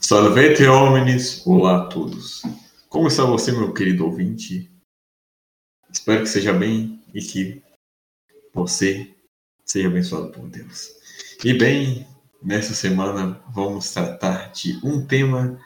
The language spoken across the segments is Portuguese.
Salvete homines, olá a todos. Como está você, meu querido ouvinte? Espero que seja bem e que você seja abençoado por Deus. E bem, nessa semana vamos tratar de um tema,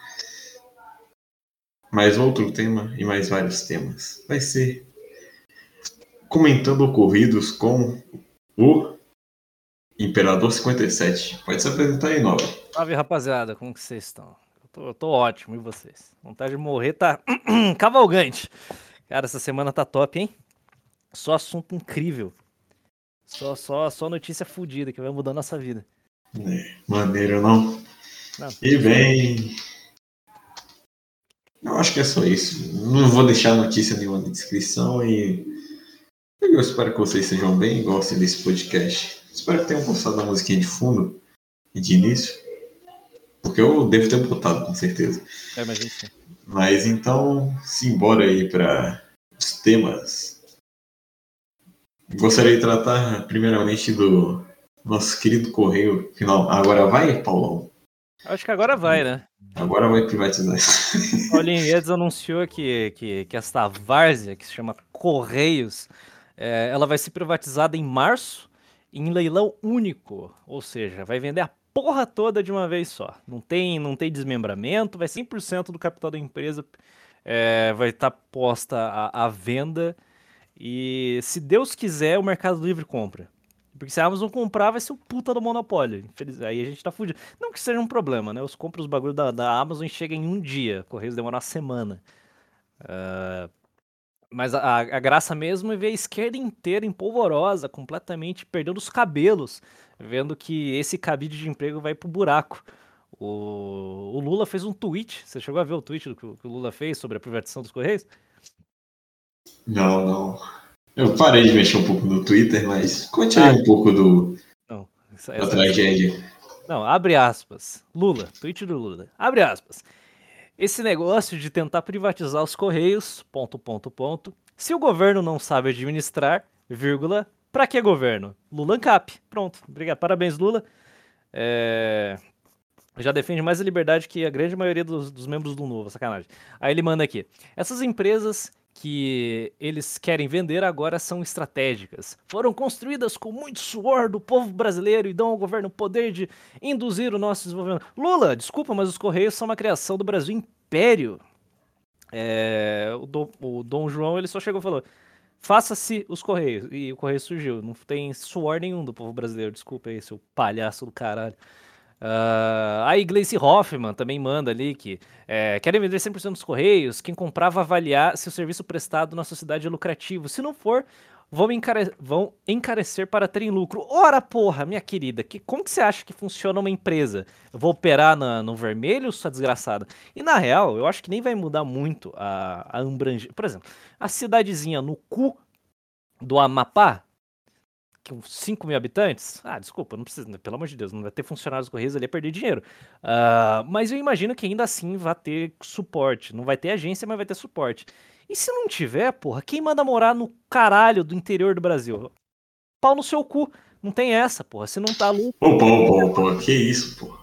mais outro tema e mais vários temas. Vai ser comentando ocorridos com o Imperador 57. Pode se apresentar aí, Nobre. Salve, rapaziada, como que vocês estão? Eu tô ótimo, e vocês? Vontade de morrer tá cavalgante. Cara, essa semana tá top, hein? Só assunto incrível. Só notícia fodida que vai mudar nossa vida. Maneiro, não? Não, E bem, eu acho que é só isso. Não vou deixar notícia nenhuma na descrição e eu espero que vocês sejam bem e gostem desse podcast. Espero que tenham gostado da musiquinha de fundo e de início, porque eu devo ter botado, com certeza. mas enfim. Mas então, simbora aí para os temas. Gostaria de tratar primeiramente do nosso querido Correio Final. Agora vai, Paulão? Acho que agora vai, né? Agora vai privatizar. Paulinho Guedes anunciou que esta várzea, que se chama Correios, ela vai ser privatizada em março em leilão único. Ou seja, vai vender a porra toda de uma vez só. Não tem desmembramento, vai 100% do capital da empresa vai estar posta à venda. E se Deus quiser, o Mercado Livre compra. Porque se a Amazon comprar, vai ser o puta do monopólio. Aí a gente tá fudido. Não que seja um problema, né? Os compras, os bagulho da Amazon chegam em um dia. Correios demora uma semana. Mas a graça mesmo é ver a esquerda inteira empolvorosa, completamente perdendo os cabelos, vendo que esse cabide de emprego vai pro buraco. O Lula fez um tweet. Você chegou a ver o tweet que o Lula fez sobre a privatização dos Correios? Não. Eu parei de mexer um pouco no Twitter, mas conte aí um pouco da tragédia. Não, abre aspas. Lula, tweet do Lula. Abre aspas. Esse negócio de tentar privatizar os Correios, ... Se o governo não sabe administrar, vírgula, pra que governo? Lula Ancap. Pronto, obrigado. Parabéns, Lula. Já defende mais a liberdade que a grande maioria dos membros do Novo, sacanagem. Aí ele manda aqui. Essas empresas que eles querem vender agora são estratégicas. Foram construídas com muito suor do povo brasileiro e dão ao governo o poder de induzir o nosso desenvolvimento. Lula, desculpa, mas os Correios são uma criação do Brasil Império. O Dom João ele só chegou e falou: faça-se os Correios. E o Correio surgiu. Não tem suor nenhum do povo brasileiro. Desculpa aí, seu palhaço do caralho. A Gleice Hoffmann também manda ali que querem vender 100% dos Correios. Quem comprar vai avaliar se o serviço prestado na sociedade é lucrativo. Se não for, vão encarecer para terem lucro. Ora, porra, minha querida, como que você acha que funciona uma empresa? Eu vou operar no vermelho, sua desgraçada? E na real, eu acho que nem vai mudar muito a abrangência. Por exemplo, a cidadezinha no cu do Amapá, com 5 mil habitantes, desculpa, não precisa, pelo amor de Deus, não vai ter funcionários dos Correios ali a perder dinheiro. Mas eu imagino que ainda assim vai ter suporte. Não vai ter agência, mas vai ter suporte. E se não tiver, porra, quem manda morar no caralho do interior do Brasil? Pau no seu cu. Não tem essa, porra. Se não tá louco. Opa, que isso, porra.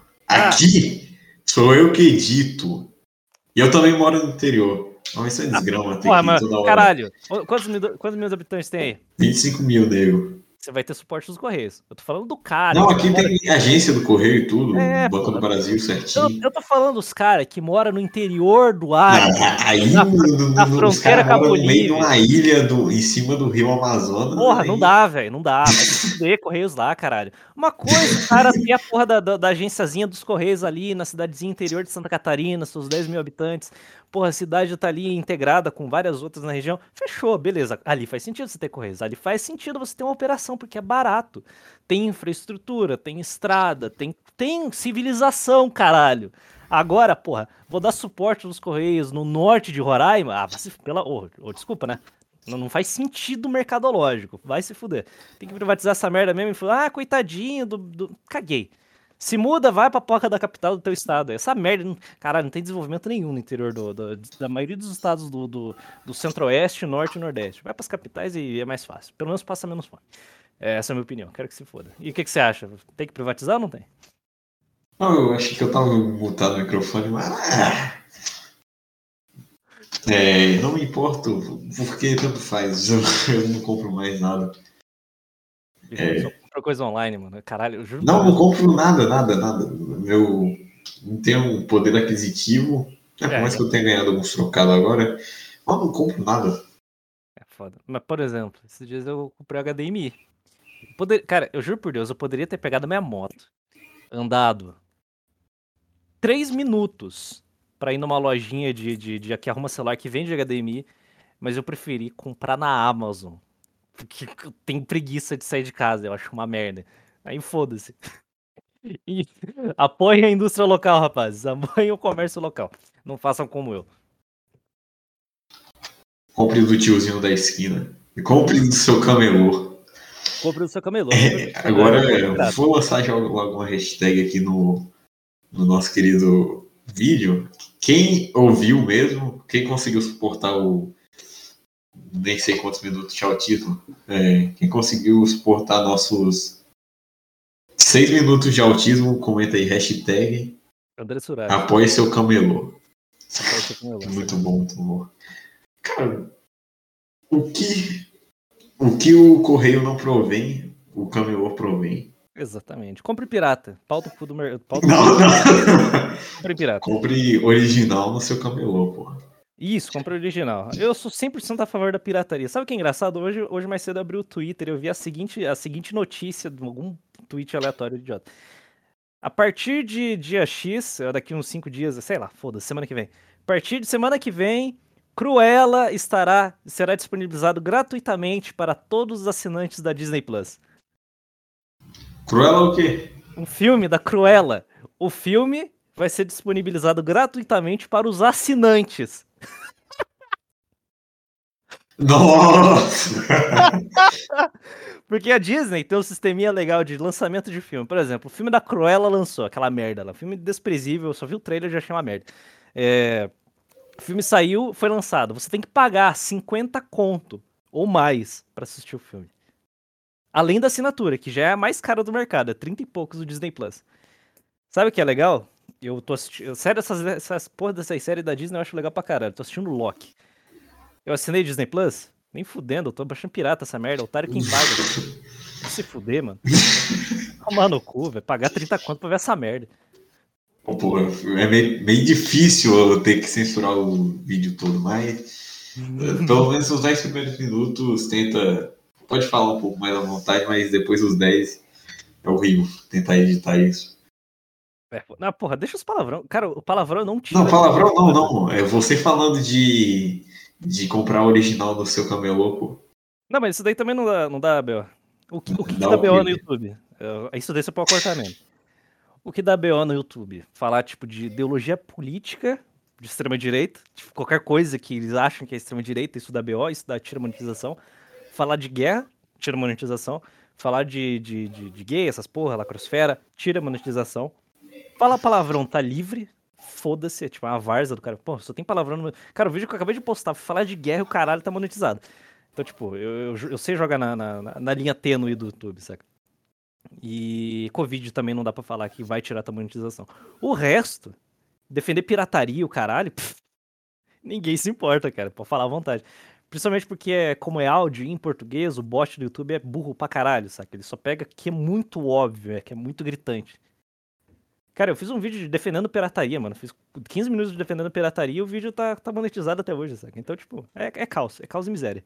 Aqui sou eu que edito. E eu também moro no interior. Não, isso é desgrama, tem que ir toda hora. Caralho, quantos mil habitantes tem aí? 25 mil, nego. Você vai ter suporte dos Correios. Eu tô falando do cara. Não, aqui tem agência do Correio e tudo. Banco do Brasil certinho. Eu tô falando dos caras que moram no interior do Acre. Aí na fronteira com a Bolívia. No meio de uma ilha em cima do rio Amazonas. Porra, não dá, velho. Não dá. Vai ter Correios lá, caralho. Uma coisa, o cara tem a porra da agênciazinha dos Correios ali na cidadezinha interior de Santa Catarina, seus 10 mil habitantes. Porra, a cidade tá ali integrada com várias outras na região. Fechou, beleza. Ali faz sentido você ter Correios. Ali faz sentido você ter uma operação, porque é barato. Tem infraestrutura, tem estrada, tem civilização, caralho. Agora, porra, vou dar suporte nos Correios no norte de Roraima. Desculpa, né? Não faz sentido mercadológico. Vai se fuder. Tem que privatizar essa merda mesmo e falar, coitadinho do... Caguei. Se muda, vai pra porca da capital do teu estado. Essa merda, caralho, não tem desenvolvimento nenhum no interior da maioria dos estados do centro-oeste, norte e nordeste. Vai pras capitais e é mais fácil. Pelo menos passa menos fome. Essa é a minha opinião. Quero que se foda. E o que você acha? Tem que privatizar ou não tem? Não, eu acho que eu tava mutado o microfone, mas. Não me importo, porque tanto faz. Eu não compro mais nada. Bicho, só compra coisa online, mano. Caralho, eu juro por Não Deus. compro nada, nada, nada. Eu não tenho um poder aquisitivo. Por mais É que eu tenha ganhado alguns trocados agora, mas não compro nada. é foda. Mas, por exemplo, esses dias eu comprei o HDMI. Cara, eu juro por Deus, eu poderia ter pegado minha moto, andado 3 minutos pra ir numa lojinha de que arruma celular que vende HDMI, mas eu preferi comprar na Amazon. Porque eu tenho preguiça de sair de casa, eu acho uma merda. Aí foda-se. E apoiem a indústria local, rapazes. Apoiem o comércio local. Não façam como eu. Compre do tiozinho da esquina. E compre Uhum. do seu camelô. Compre o seu camelô, compre do Agora, pirata. vou lançar já logo uma hashtag aqui no nosso querido vídeo. Quem ouviu mesmo, quem conseguiu suportar o nem sei quantos minutos de autismo, quem conseguiu suportar nossos 6 minutos de autismo, comenta aí, hashtag André Suraki. apoie seu camelô. Apoie seu camelô. Muito bom, muito bom. Cara, o que, o que o correio não provém, o camelô provém. Exatamente. Compre pirata. Pau do cu do mercado. Não, não. Compre pirata. Compre original no seu camelô, porra. Isso, compre original. Eu sou 100% a favor da pirataria. Sabe o que é engraçado? Hoje mais cedo eu abri o Twitter e eu vi a seguinte notícia de algum tweet aleatório idiota. A partir de dia X, daqui uns 5 dias, sei lá, foda-se, semana que vem. A partir de semana que vem, Cruella será disponibilizado gratuitamente para todos os assinantes da Disney Plus. Cruella o quê? Um filme da Cruella. O filme vai ser disponibilizado gratuitamente para os assinantes. Nossa! Porque a Disney tem um sisteminha legal de lançamento de filme. Por exemplo, o filme da Cruella lançou, aquela merda lá. Filme desprezível, eu só vi o trailer e já achei uma merda. O filme saiu, foi lançado. Você tem que pagar 50 conto ou mais pra assistir o filme. Além da assinatura, que já é a mais cara do mercado, é 30 e poucos do Disney Plus. Sabe o que é legal? Eu tô assistindo. Sério, essas porra dessas séries da Disney eu acho legal pra caralho. Tô assistindo Loki. Eu assinei Disney Plus? Nem fudendo, eu tô baixando pirata essa merda. Otário quem paga. Vai se fuder, mano. Tomar no cu, velho. Pagar 30 conto pra ver essa merda. Porra, é meio difícil eu ter que censurar o vídeo todo, mas pelo menos os 10 primeiros minutos tenta. Pode falar um pouco mais à vontade, mas depois dos 10 é horrível tentar editar isso. Não, porra, deixa os palavrão. Cara, o palavrão não Não, tira. palavrão não, não. É você falando de comprar original no seu camelô, pô. Não, mas isso daí também não dá BO. O que Dá dá o BO no quê? YouTube? Isso daí você pode cortar mesmo. O que dá BO no YouTube? Falar, tipo, de ideologia política de extrema-direita, tipo, qualquer coisa que eles acham que é extrema-direita, isso dá BO, isso dá tira monetização. Falar de guerra, tira monetização. Falar de gay, essas porra, lacrosfera, tira monetização. Falar palavrão tá livre, foda-se, é tipo uma várzea do cara. Pô, só tem palavrão no meu. Cara, o vídeo que eu acabei de postar, falar de guerra e o caralho tá monetizado. Então, tipo, eu sei jogar na linha tênue do YouTube, saca? E Covid também não dá pra falar que vai tirar a monetização. O resto, defender pirataria, o caralho, ninguém se importa, cara. Pode falar à vontade. Principalmente porque, como é áudio em português, o bot do YouTube é burro pra caralho, saca? Ele só pega que é muito óbvio, que é muito gritante. Cara, eu fiz um vídeo defendendo pirataria, mano. Fiz 15 minutos de defendendo pirataria e o vídeo tá monetizado até hoje, saca? Então, tipo, é caos e miséria.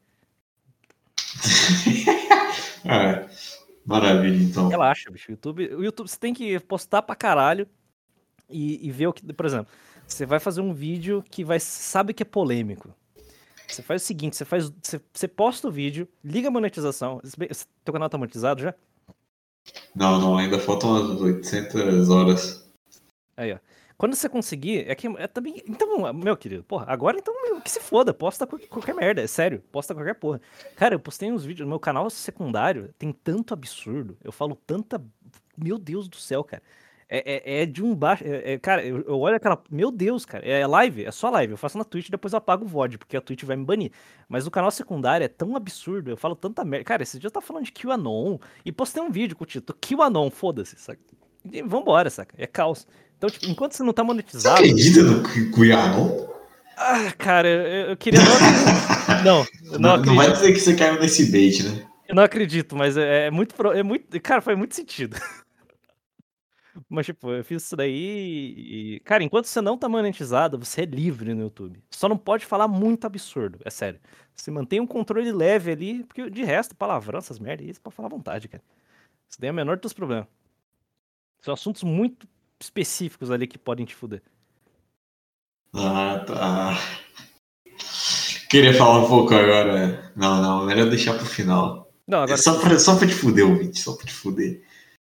Ah, maravilha, então. Relaxa, bicho. O YouTube você tem que postar pra caralho e ver o que. Por exemplo, você vai fazer um vídeo que sabe que é polêmico. Você faz o seguinte, você posta o vídeo, liga a monetização. Teu canal tá monetizado já? Não, não, ainda faltam umas 800 horas. Aí, ó. Quando você conseguir, é também. Então, meu querido, porra, agora então que se foda, posta qualquer merda, é sério, posta qualquer porra. Cara, eu postei uns vídeos no meu canal secundário, tem tanto absurdo, eu falo tanta. Meu Deus do céu, cara. É de um baixo. Cara, eu olho aquela. Meu Deus, cara. É live, é só live. Eu faço na Twitch e depois eu apago o VOD, porque a Twitch vai me banir. Mas o canal secundário é tão absurdo, eu falo tanta merda. Cara, esse dia eu tava falando de QAnon e postei um vídeo com o título QAnon, foda-se, sabe? E vambora, saca? É caos. Então, tipo, enquanto você não tá Você monetizado... acredita no Cuiabá? Ah, cara, eu queria não acreditar. Não, eu não Não vai acredito. dizer que você caiu nesse bait, né? Eu não acredito, mas é muito... É muito... Cara, faz muito sentido. Mas, tipo, eu fiz isso daí e... Cara, enquanto você não tá monetizado, você é livre no YouTube. Só não pode falar muito absurdo, é sério. Você mantém um controle leve ali, porque de resto, palavrão, essas merdas aí, você pode falar à vontade, cara. Isso daí é o menor dos problemas. São assuntos muito específicos ali que podem te fuder. Ah, tá. Queria falar um pouco agora. Não, melhor deixar pro final. Não, agora Só pra te fuder, ouvinte, só pra te fuder.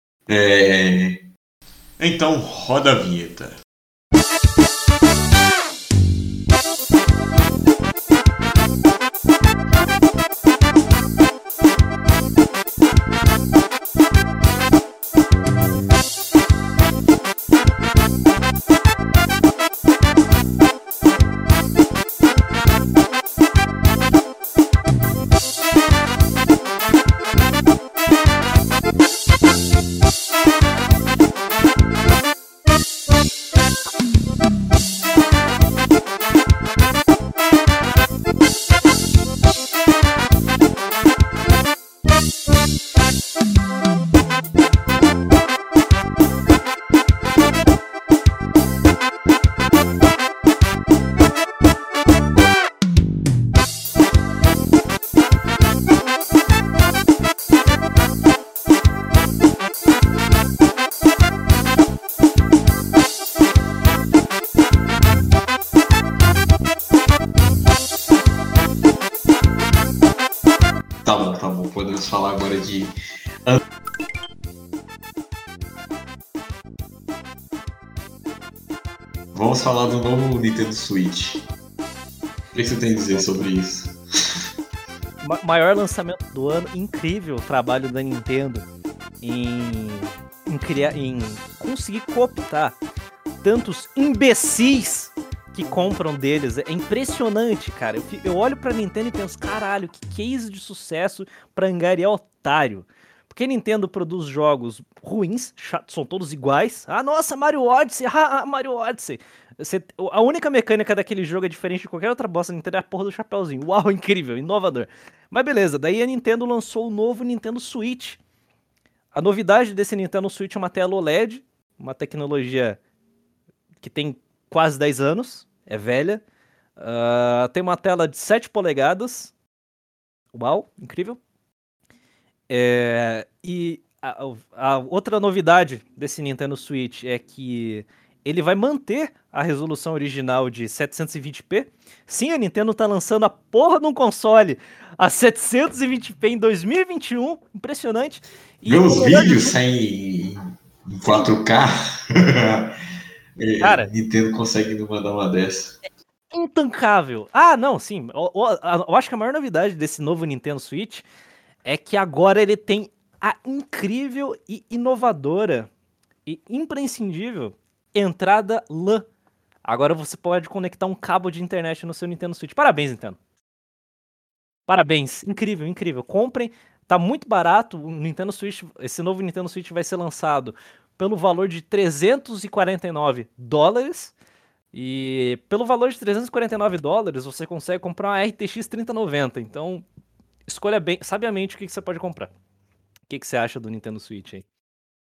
Então, roda a vinheta. Tá bom. Podemos falar agora de... Vamos falar do novo Nintendo Switch. O que você tem a dizer sobre isso? Maior lançamento do ano, incrível o trabalho da Nintendo em conseguir cooptar tantos imbecis que compram deles. É impressionante, cara. Eu olho pra Nintendo e penso, caralho, que case de sucesso pra angariar otário. Porque a Nintendo produz jogos ruins, são todos iguais. Ah, nossa, Mario Odyssey, Mario Odyssey. A única mecânica daquele jogo é diferente de qualquer outra bosta da Nintendo, é a porra do chapéuzinho. Uau, incrível, inovador. Mas beleza, daí a Nintendo lançou o novo Nintendo Switch. A novidade desse Nintendo Switch é uma tela OLED, uma tecnologia que tem quase 10 anos, é velha. Tem uma tela de 7 polegadas. Uau, incrível. E a outra novidade desse Nintendo Switch é que ele vai manter a resolução original de 720p. Sim, a Nintendo tá lançando a porra de um console a 720p em 2021. Impressionante. E Meus vídeos saem em 4K. cara, Nintendo consegue não mandar uma dessa. intancável. Ah, não, sim. Eu acho que a maior novidade desse novo Nintendo Switch é que agora ele tem a incrível e inovadora e imprescindível entrada LAN. Agora você pode conectar um cabo de internet no seu Nintendo Switch. Parabéns, Nintendo. Parabéns. Incrível, incrível. Comprem. Tá muito barato. O Nintendo Switch, esse novo Nintendo Switch vai ser lançado pelo valor de $349. E pelo valor de $349, você consegue comprar uma RTX 3090. Então, escolha bem, sabiamente o que você pode comprar. O que você acha do Nintendo Switch aí?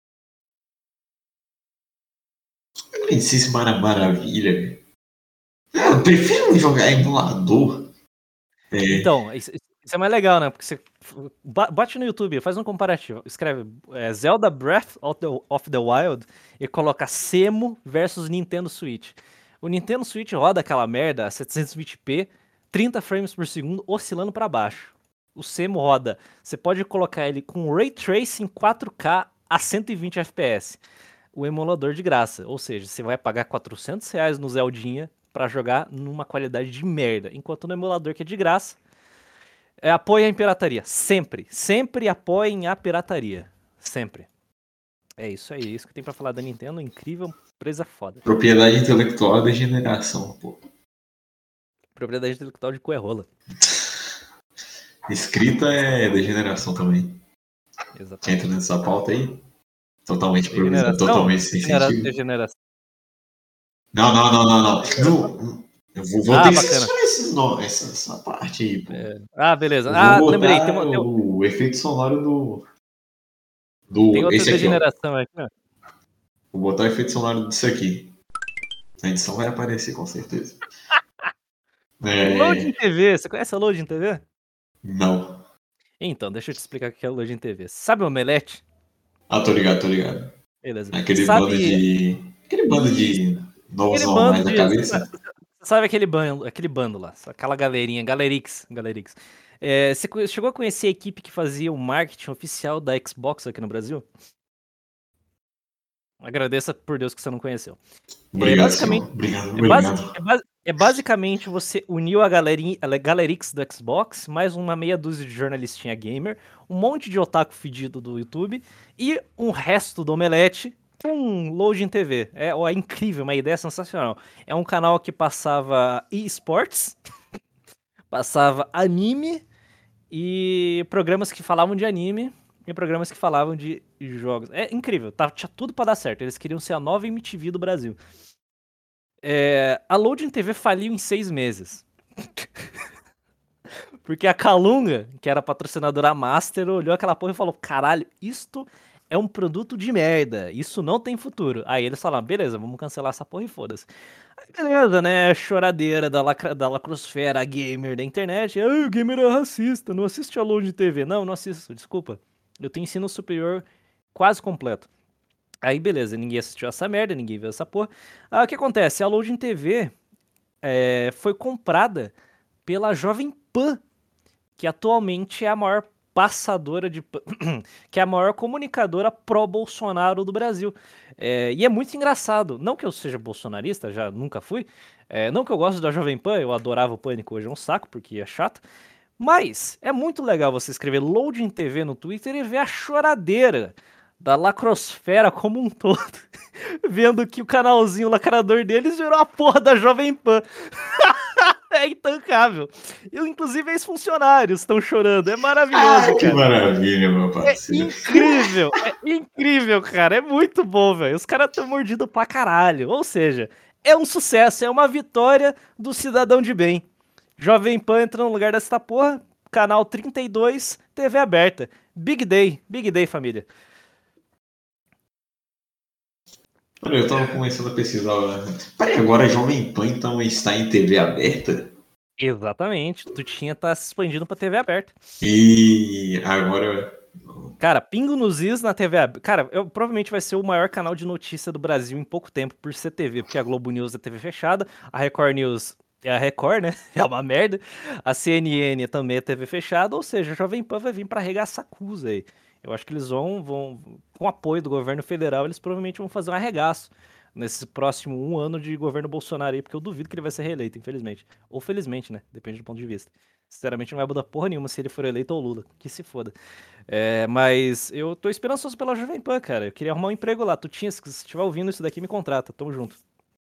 Princesa Maravilha. Eu prefiro jogar emulador. Então, isso é mais legal, né? Porque você bate no YouTube, faz um comparativo. Escreve Zelda Breath of the Wild e coloca Semo versus Nintendo Switch. O Nintendo Switch roda aquela merda a 720p, 30 frames por segundo, oscilando pra baixo. O Semo roda, você pode colocar ele com Ray Tracing 4K a 120 FPS. O emulador de graça, ou seja, você vai pagar R$400 no Zeldinha pra jogar numa qualidade de merda, enquanto no emulador que é de graça, apoiem a pirataria. Sempre apoiem a pirataria. Sempre. É isso aí, isso que tem pra falar da Nintendo, incrível, empresa foda. Propriedade intelectual da geração, pô. Propriedade intelectual de Coerrola. Escrita é da geração também. Exatamente. Entra nessa pauta aí? Totalmente improvisado, Degeneração? totalmente sem sentido. Degeneração. Não. Eu vou ter que Bacana. censurar esses nomes, essa parte aí, pô. Beleza. Eu vou Lembrei. botar o efeito sonoro Tem outra esse aqui, ó. degeneração aqui, ó. Vou botar o efeito sonoro disso aqui. A edição vai aparecer, com certeza. Loading TV. Você conhece a Loading TV? Não. Então, deixa eu te explicar o que é Loading TV. Sabe o Omelete? Tô ligado. Beleza. Aquele bando Sabe. Isso, de novos aquele normais bando da de. cabeça? Sabe aquele bando lá? Aquela galerinha, Galerix. Você chegou a conhecer a equipe que fazia o marketing oficial da Xbox aqui no Brasil? Agradeça por Deus que você não conheceu. Obrigado, Basicamente, senhor. Obrigado. basicamente você uniu a Galerix do Xbox, mais uma meia dúzia de jornalistinha gamer, um monte de otaku fedido do YouTube e um resto do Omelete com Loading TV. É incrível, uma ideia sensacional. É um canal que passava esportes, passava anime e programas que falavam de anime e programas que falavam de jogos. É incrível, tinha tudo pra dar certo. Eles queriam ser a nova MTV do Brasil. A Loading TV faliu em 6 meses. Porque a Calunga, que era patrocinadora Master, olhou aquela porra e falou: caralho, isto é um produto de merda, isso não tem futuro. Aí eles falaram: beleza, vamos cancelar essa porra e foda-se. Aí beleza, né? Choradeira da lacrosfera gamer da internet. O gamer é racista, não assiste a Loading TV. Não assisto, desculpa. Eu tenho ensino superior quase completo. Aí beleza, ninguém assistiu essa merda, ninguém viu essa porra. O que acontece? A Loading TV foi comprada pela Jovem Pan, que atualmente é a maior passadora de que é a maior comunicadora pró-Bolsonaro do Brasil. E é muito engraçado. Não que eu seja bolsonarista, já nunca fui. Não que eu gosto da Jovem Pan, eu adorava o Pânico, hoje é um saco, porque é chato. Mas é muito legal você escrever Loading TV no Twitter e ver a choradeira da lacrosfera como um todo, vendo que o canalzinho lacrador deles virou a porra da Jovem Pan. É intancável. Inclusive, ex-funcionários estão chorando. É maravilhoso, Que cara. maravilha, meu parceiro. É incrível, cara. É muito bom, velho. Os caras estão mordidos pra caralho. Ou seja, é um sucesso, é uma vitória do cidadão de bem. Jovem Pan entra no lugar dessa porra. Canal 32, TV aberta. Big day, família. Olha, eu tava começando a pesquisar. Peraí, agora a Jovem Pan então está em TV aberta? Exatamente. Tá se expandindo pra TV aberta. E agora. Cara, Pingo nos Is na TV aberta. Cara, provavelmente vai ser o maior canal de notícia do Brasil em pouco tempo por ser TV, porque a Globo News é TV fechada, a Record News é a Record, né? É uma merda. A CNN também é TV fechada, ou seja, a Jovem Pan vai vir pra arregaçar acusa aí. Eu acho que eles vão, com o apoio do governo federal, eles provavelmente vão fazer um arregaço nesse próximo 1 ano de governo Bolsonaro aí, porque eu duvido que ele vai ser reeleito, infelizmente. Ou felizmente, né? Depende do ponto de vista. Sinceramente, não vai mudar porra nenhuma se ele for eleito ou Lula. Que se foda. Mas eu tô esperançoso pela Jovem Pan, cara. Eu queria arrumar um emprego lá. Se estiver ouvindo isso daqui, me contrata. Tamo junto.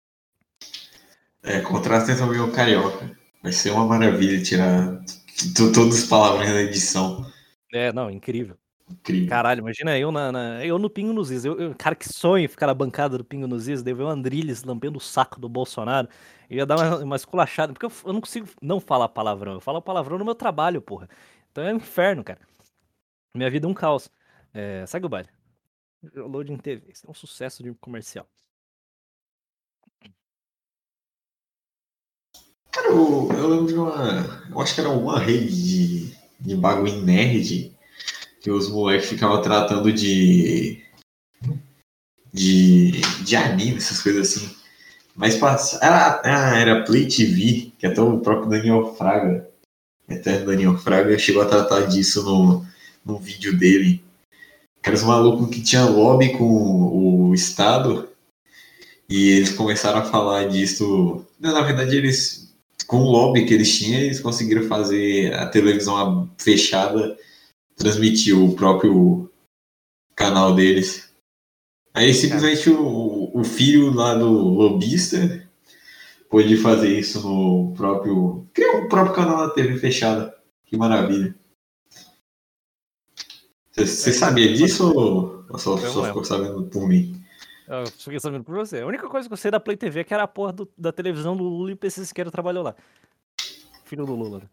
Contratem também o Carioca. Vai ser uma maravilha tirar todas as palavras da edição. Não, incrível. Incrível. Caralho, imagina eu no Pingo nos Is. Cara, que sonho ficar na bancada do Pingo nos Is, daí ver o Andrilles lambendo o saco do Bolsonaro. Eu ia dar uma esculachada, porque eu não consigo não falar palavrão. Eu falo palavrão no meu trabalho, porra. Então é um inferno, cara. Minha vida é um caos. Segue o baile. Loading TV. Isso é um sucesso de comercial. Cara, eu lembro de uma. Eu acho que era uma rede de bagulho nerd que os moleques ficavam tratando de anime, essas coisas assim. Mas era Play TV, que até o próprio Daniel Fraga, eterno Daniel Fraga, chegou a tratar disso no vídeo dele. Era os malucos que tinha lobby com o Estado e eles começaram a falar disso. Na verdade, eles, com o lobby que eles tinham, eles conseguiram fazer a televisão fechada transmitir o próprio canal deles. Aí simplesmente o filho lá do lobista pôde fazer isso no próprio. Criou o próprio canal na TV fechada. Que maravilha. Você sabia disso? Ou só ficou sabendo por mim? Eu fiquei sabendo por você. A única coisa que eu sei da Play TV é que era a porra da televisão do Lula e o PC Siqueira trabalhou lá. Filho do Lula, né?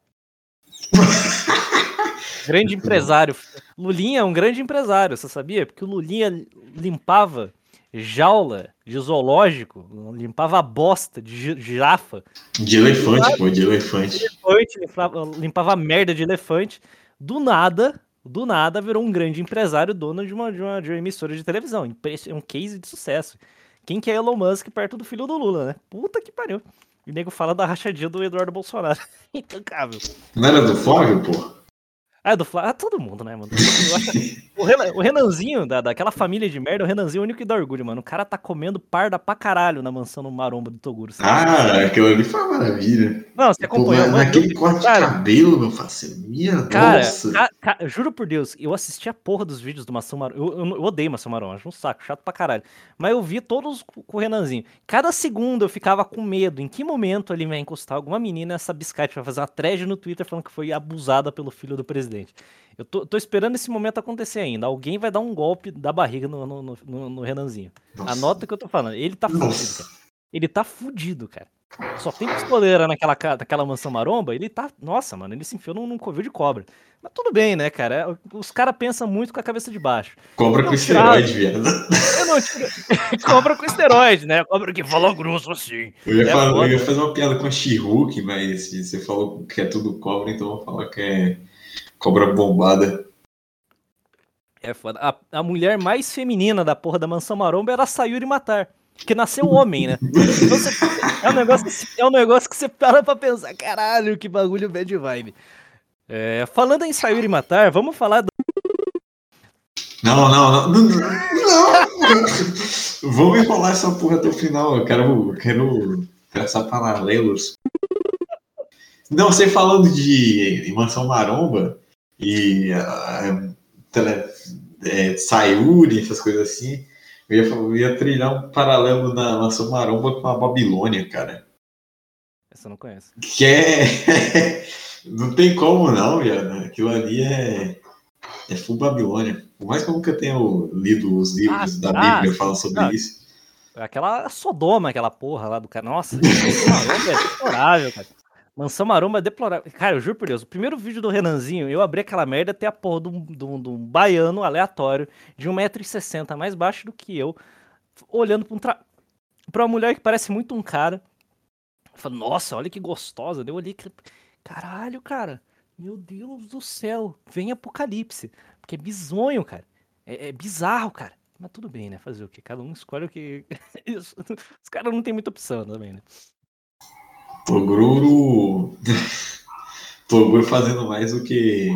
Grande empresário. Lulinha é um grande empresário, você sabia? Porque o Lulinha limpava jaula de zoológico, limpava a bosta de girafa. De elefante, pô, de elefante. Limpava a merda de elefante. Do nada virou um grande empresário, dono de uma emissora de televisão. É um case de sucesso. Quem que é Elon Musk perto do filho do Lula, né? Puta que pariu. E o nego fala da rachadinha do Eduardo Bolsonaro. Intancável. Não era do Flávio, pô? É, do Flávio. Todo mundo, né, mano? O Renanzinho, daquela família de merda, o Renanzinho é o único que dá orgulho, mano. O cara tá comendo parda pra caralho na mansão no Maromba do Toguro. Aquilo ali foi uma maravilha. Não, você acompanhou. Pô, naquele corte de cabelo, meu parceiro. Minha nossa. Juro por Deus, eu assisti a porra dos vídeos do Maçã Marrom. Eu odeio Maçã Marrom, acho um saco, chato pra caralho. Mas eu vi todos com o Renanzinho. Cada segundo eu ficava com medo. Em que momento ele vai encostar alguma menina nessa biscate pra fazer uma thread no Twitter falando que foi abusada pelo filho do presidente. Eu tô esperando esse momento acontecer ainda. Alguém vai dar um golpe da barriga no Renanzinho. Nossa. Anota o que eu tô falando. Ele tá fudido, cara. Ele tá fudido, cara. Só tem pistoleira naquela mansão maromba, ele tá... Nossa, mano, ele se enfiou num covil de cobra. Mas tudo bem, né, cara? Os caras pensam muito com a cabeça de baixo. Cobra com esteroide, viado. Eu não tiro... Cobra com esteroide, né? Cobra que fala grosso assim. Eu ia fazer uma piada com a She-Hulk, mas você falou que é tudo cobra, então eu vou falar que é cobra bombada. É foda. A mulher mais feminina da porra da mansão maromba era a Sayuri Matar. Que nasceu homem, né? Então é um negócio que você para pra pensar. Caralho, que bagulho bad vibe. Falando em Sayuri Matar, vamos falar do... Não. Vamos enrolar essa porra até o final. Eu quero traçar paralelos. Não, você falando de Mansão Maromba e Sayuri, essas coisas assim. Eu ia trilhar um paralelo na Mansão Maromba com a Babilônia, cara. Essa eu não conheço. Que é... Não tem como não, viado. Aquilo ali é full Babilônia. Por mais que eu nunca tenha lido os livros da Bíblia falando sobre isso. Aquela Sodoma, aquela porra lá do cara. Nossa, Mansão Maromba é deplorável, cara. Mansão Maromba é deplorável. Cara, eu juro por Deus, o primeiro vídeo do Renanzinho, eu abri aquela merda até a porra de um baiano aleatório de 1,60 m, mais baixo do que eu, olhando pra uma mulher que parece muito um cara. Eu falei, nossa, olha que gostosa. Eu olhei, caralho, cara, meu Deus do céu, vem apocalipse. Porque é bizonho, cara. É bizarro, cara. Mas tudo bem, né? Fazer o quê? Cada um escolhe o que... Os caras não tem muita opção também, né? Toguro fazendo mais do que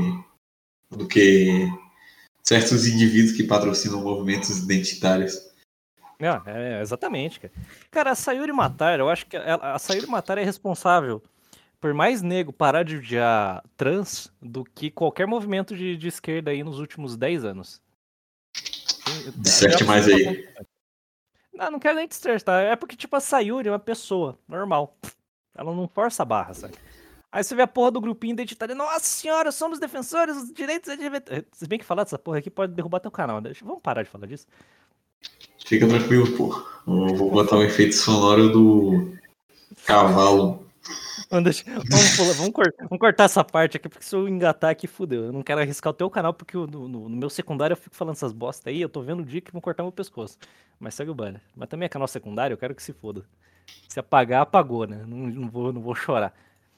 certos indivíduos que patrocinam movimentos identitários. Exatamente, cara. Cara, a Sayuri Matar, eu acho que a Sayuri Matar é responsável por mais nego parar de odiar trans do que qualquer movimento de esquerda aí nos últimos 10 anos. Disserte mais aí. Não quero nem dissertar. É porque, tipo, a Sayuri é uma pessoa normal. Ela não força a barra, sabe? Aí você vê a porra do grupinho identitário. Nossa senhora, somos defensores dos direitos LGBT. Se bem que falar dessa porra aqui pode derrubar teu canal. Vamos parar de falar disso? Fica tranquilo, pô. Eu vou botar o efeito sonoro do cavalo. Vamos cortar essa parte aqui, porque se eu engatar aqui, fudeu. Eu não quero arriscar o teu canal, porque no meu secundário eu fico falando essas bosta aí, eu tô vendo o dia que vão cortar meu pescoço. Mas segue o baile. Mas também é canal secundário, eu quero que se foda. Se apagar, apagou, né? Não vou chorar.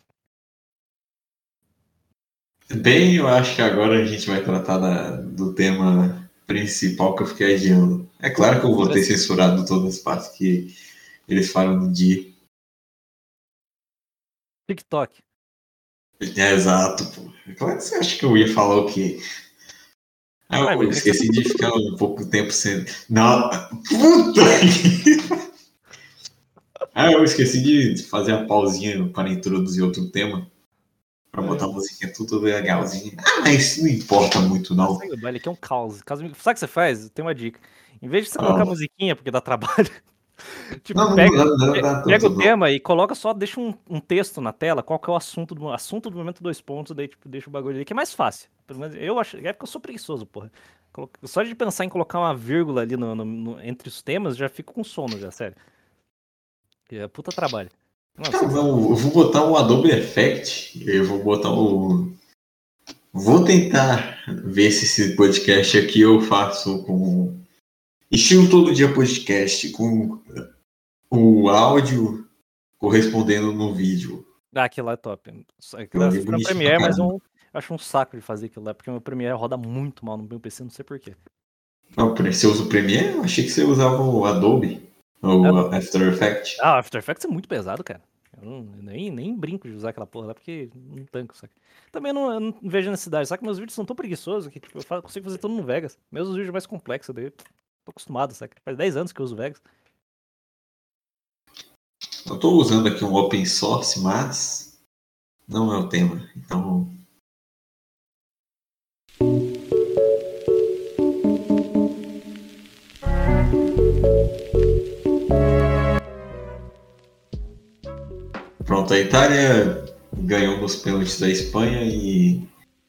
Bem, eu acho que agora a gente vai tratar do tema principal que eu fiquei adiando. É claro que eu vou ter censurado todas as partes que eles falam no dia. TikTok. Exato, pô. Claro que você acha que eu ia falar o quê? Eu esqueci de ficar um pouco tempo sem... Não, puta que... eu esqueci de fazer a pausinha para introduzir outro tema. Pra botar a musiquinha tudo legalzinha. Mas isso não importa muito, não. O baile aqui é um caos. Sabe o que você faz? Tem uma dica. Em vez de você colocar musiquinha, porque dá trabalho... Tipo, pega o tema e coloca só, deixa um texto na tela, qual que é o assunto do momento, 2 pontos, daí tipo, deixa o bagulho ali, que é mais fácil. Pelo menos eu acho, é porque eu sou preguiçoso, porra. Só de pensar em colocar uma vírgula ali entre os temas, já fico com sono já, sério. É puta trabalho. Cara, não, eu vou botar o Adobe Effect. Eu vou botar o. Vou tentar ver se esse podcast aqui eu faço com. Estilo todo dia podcast, com o áudio correspondendo no vídeo. Aquilo lá é top. Eu Aquilo vi é no bonitinho Premiere, pra mas caramba. eu acho um saco de fazer aquilo lá, porque o meu Premiere roda muito mal no meu PC, não sei porquê. Não, você usa o Premiere? Eu achei que você usava o Adobe. Ou After Effects. Ah, o After Effects é muito pesado, cara. Eu nem brinco de usar aquela porra lá, porque não tanco, saca? Também eu não vejo necessidade, saca? Meus vídeos são tão preguiçosos que tipo, consigo fazer tudo no Vegas. Mesmo os vídeos mais complexos, daí tô acostumado, saca? Faz 10 anos que eu uso Vegas. Eu estou usando aqui um open source, mas não é o tema. Então. Pronto, a Itália ganhou nos pênaltis da Espanha e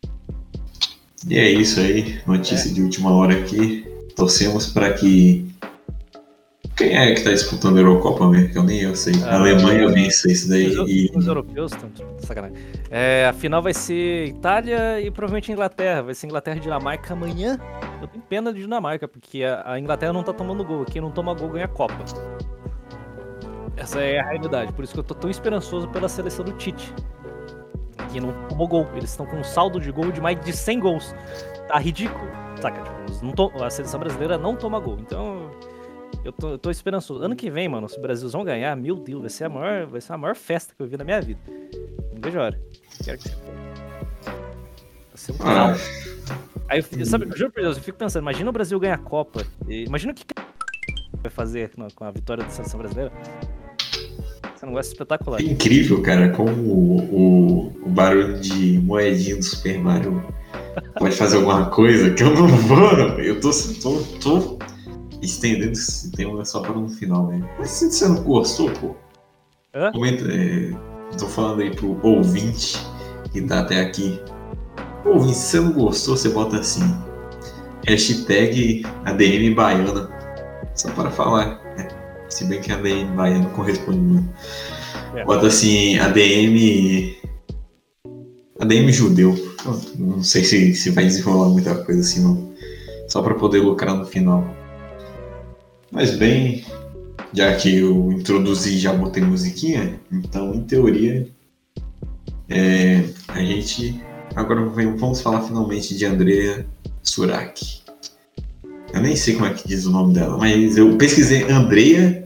é isso aí. Notícia de última hora aqui. Torcemos para que. Quem é que está disputando a Eurocopa mesmo? Que eu nem sei. A Alemanha vence isso daí. Os europeus, sacanagem. A final vai ser Itália e provavelmente Inglaterra. Vai ser Inglaterra e Dinamarca amanhã. Eu tenho pena de Dinamarca, porque a Inglaterra não tá tomando gol. Quem não toma gol ganha a Copa. Essa é a realidade. Por isso que eu tô tão esperançoso pela seleção do Tite. Que não tomou gol. Eles estão com um saldo de gol de mais de 100 gols. Tá ridículo. Saca? Tipo, a seleção brasileira não toma gol. Então, eu tô esperançoso. Ano que vem, mano, se o Brasil vão ganhar, meu Deus, vai ser a maior festa que eu vi na minha vida. Não vejo a hora. Quero que vai ser um caos. Aí, sabe, eu juro por Deus, eu fico pensando, imagina o Brasil ganhar a Copa. Imagina o que vai fazer com a vitória da seleção brasileira. Esse negócio espetacular. É incrível, cara, como o barulho de moedinha do Super Mario pode fazer alguma coisa que eu não vou. Eu tô estendendo esse tema só para no final, né? Mas se você não gostou, pô, comenta. Tô falando aí pro ouvinte que tá até aqui. Ouvinte, se você não gostou, você bota assim: hashtag ADM Baiana. Só para falar. Se bem que a ADM Baiana corresponde muito. Bota assim: ADM Judeu. Não sei se vai desenrolar muita coisa assim, não. Só para poder lucrar no final. Mas bem, já que eu introduzi e já botei musiquinha, então em teoria a gente agora vamos falar finalmente de Andrea Surak. Eu nem sei como é que diz o nome dela, mas eu pesquisei Andrea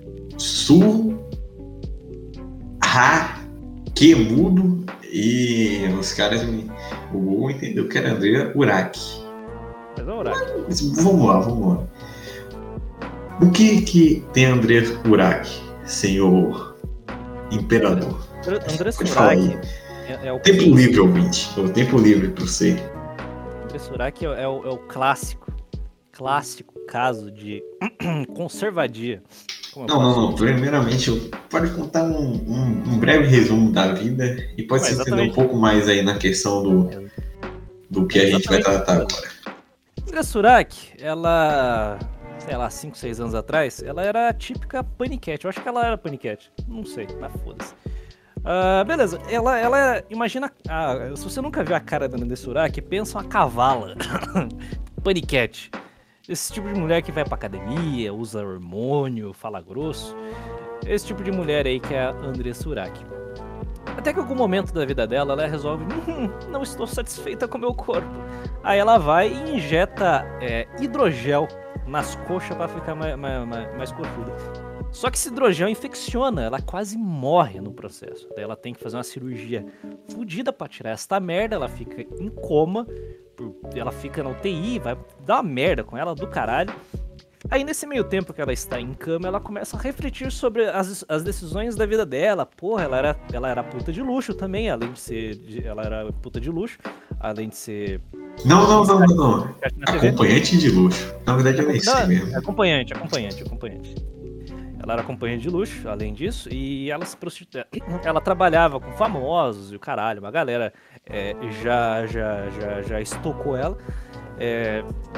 Surak e os caras, o Google entendeu que era Andrea Urach. Mas vamos lá. O que tem Andrea Urach, senhor imperador? Andrea Surak é o tempo livre, ouvinte. O tempo livre para você. Andrea Surak é o clássico caso de conservadia. Não. Primeiramente, pode contar um breve resumo da vida e pode se entender um pouco mais aí na questão do que a gente vai tratar agora. Andrea Surak, ela, sei lá, 5, 6 anos atrás, ela era a típica paniquete. Eu acho que ela era paniquete. Não sei, mas foda-se. Beleza, ela imagina. Se você nunca viu a cara da Andrea Surak, pensa uma cavala. Paniquete. Esse tipo de mulher que vai pra academia, usa hormônio, fala grosso. Esse tipo de mulher aí que é a Andrea Surak. Até que em algum momento da vida dela, ela resolve: não estou satisfeita com o meu corpo. Aí ela vai e injeta hidrogel nas coxas pra ficar mais coxuda. Só que esse hidrogel infecciona, ela quase morre no processo. Daí ela tem que fazer uma cirurgia fodida pra tirar essa merda, ela fica em coma, ela fica na UTI, vai dar uma merda com ela do caralho. Aí nesse meio tempo que ela está em cama, ela começa a refletir sobre as decisões da vida dela. Porra, ela era puta de luxo também, além de ser... ela era puta de luxo, além de ser... Não. Acompanhante de luxo. Na verdade eu nem sei mesmo. Acompanhante. Ela era acompanhante de luxo, além disso, e ela se prostituía. Ela trabalhava com famosos e o caralho, uma galera já estocou ela.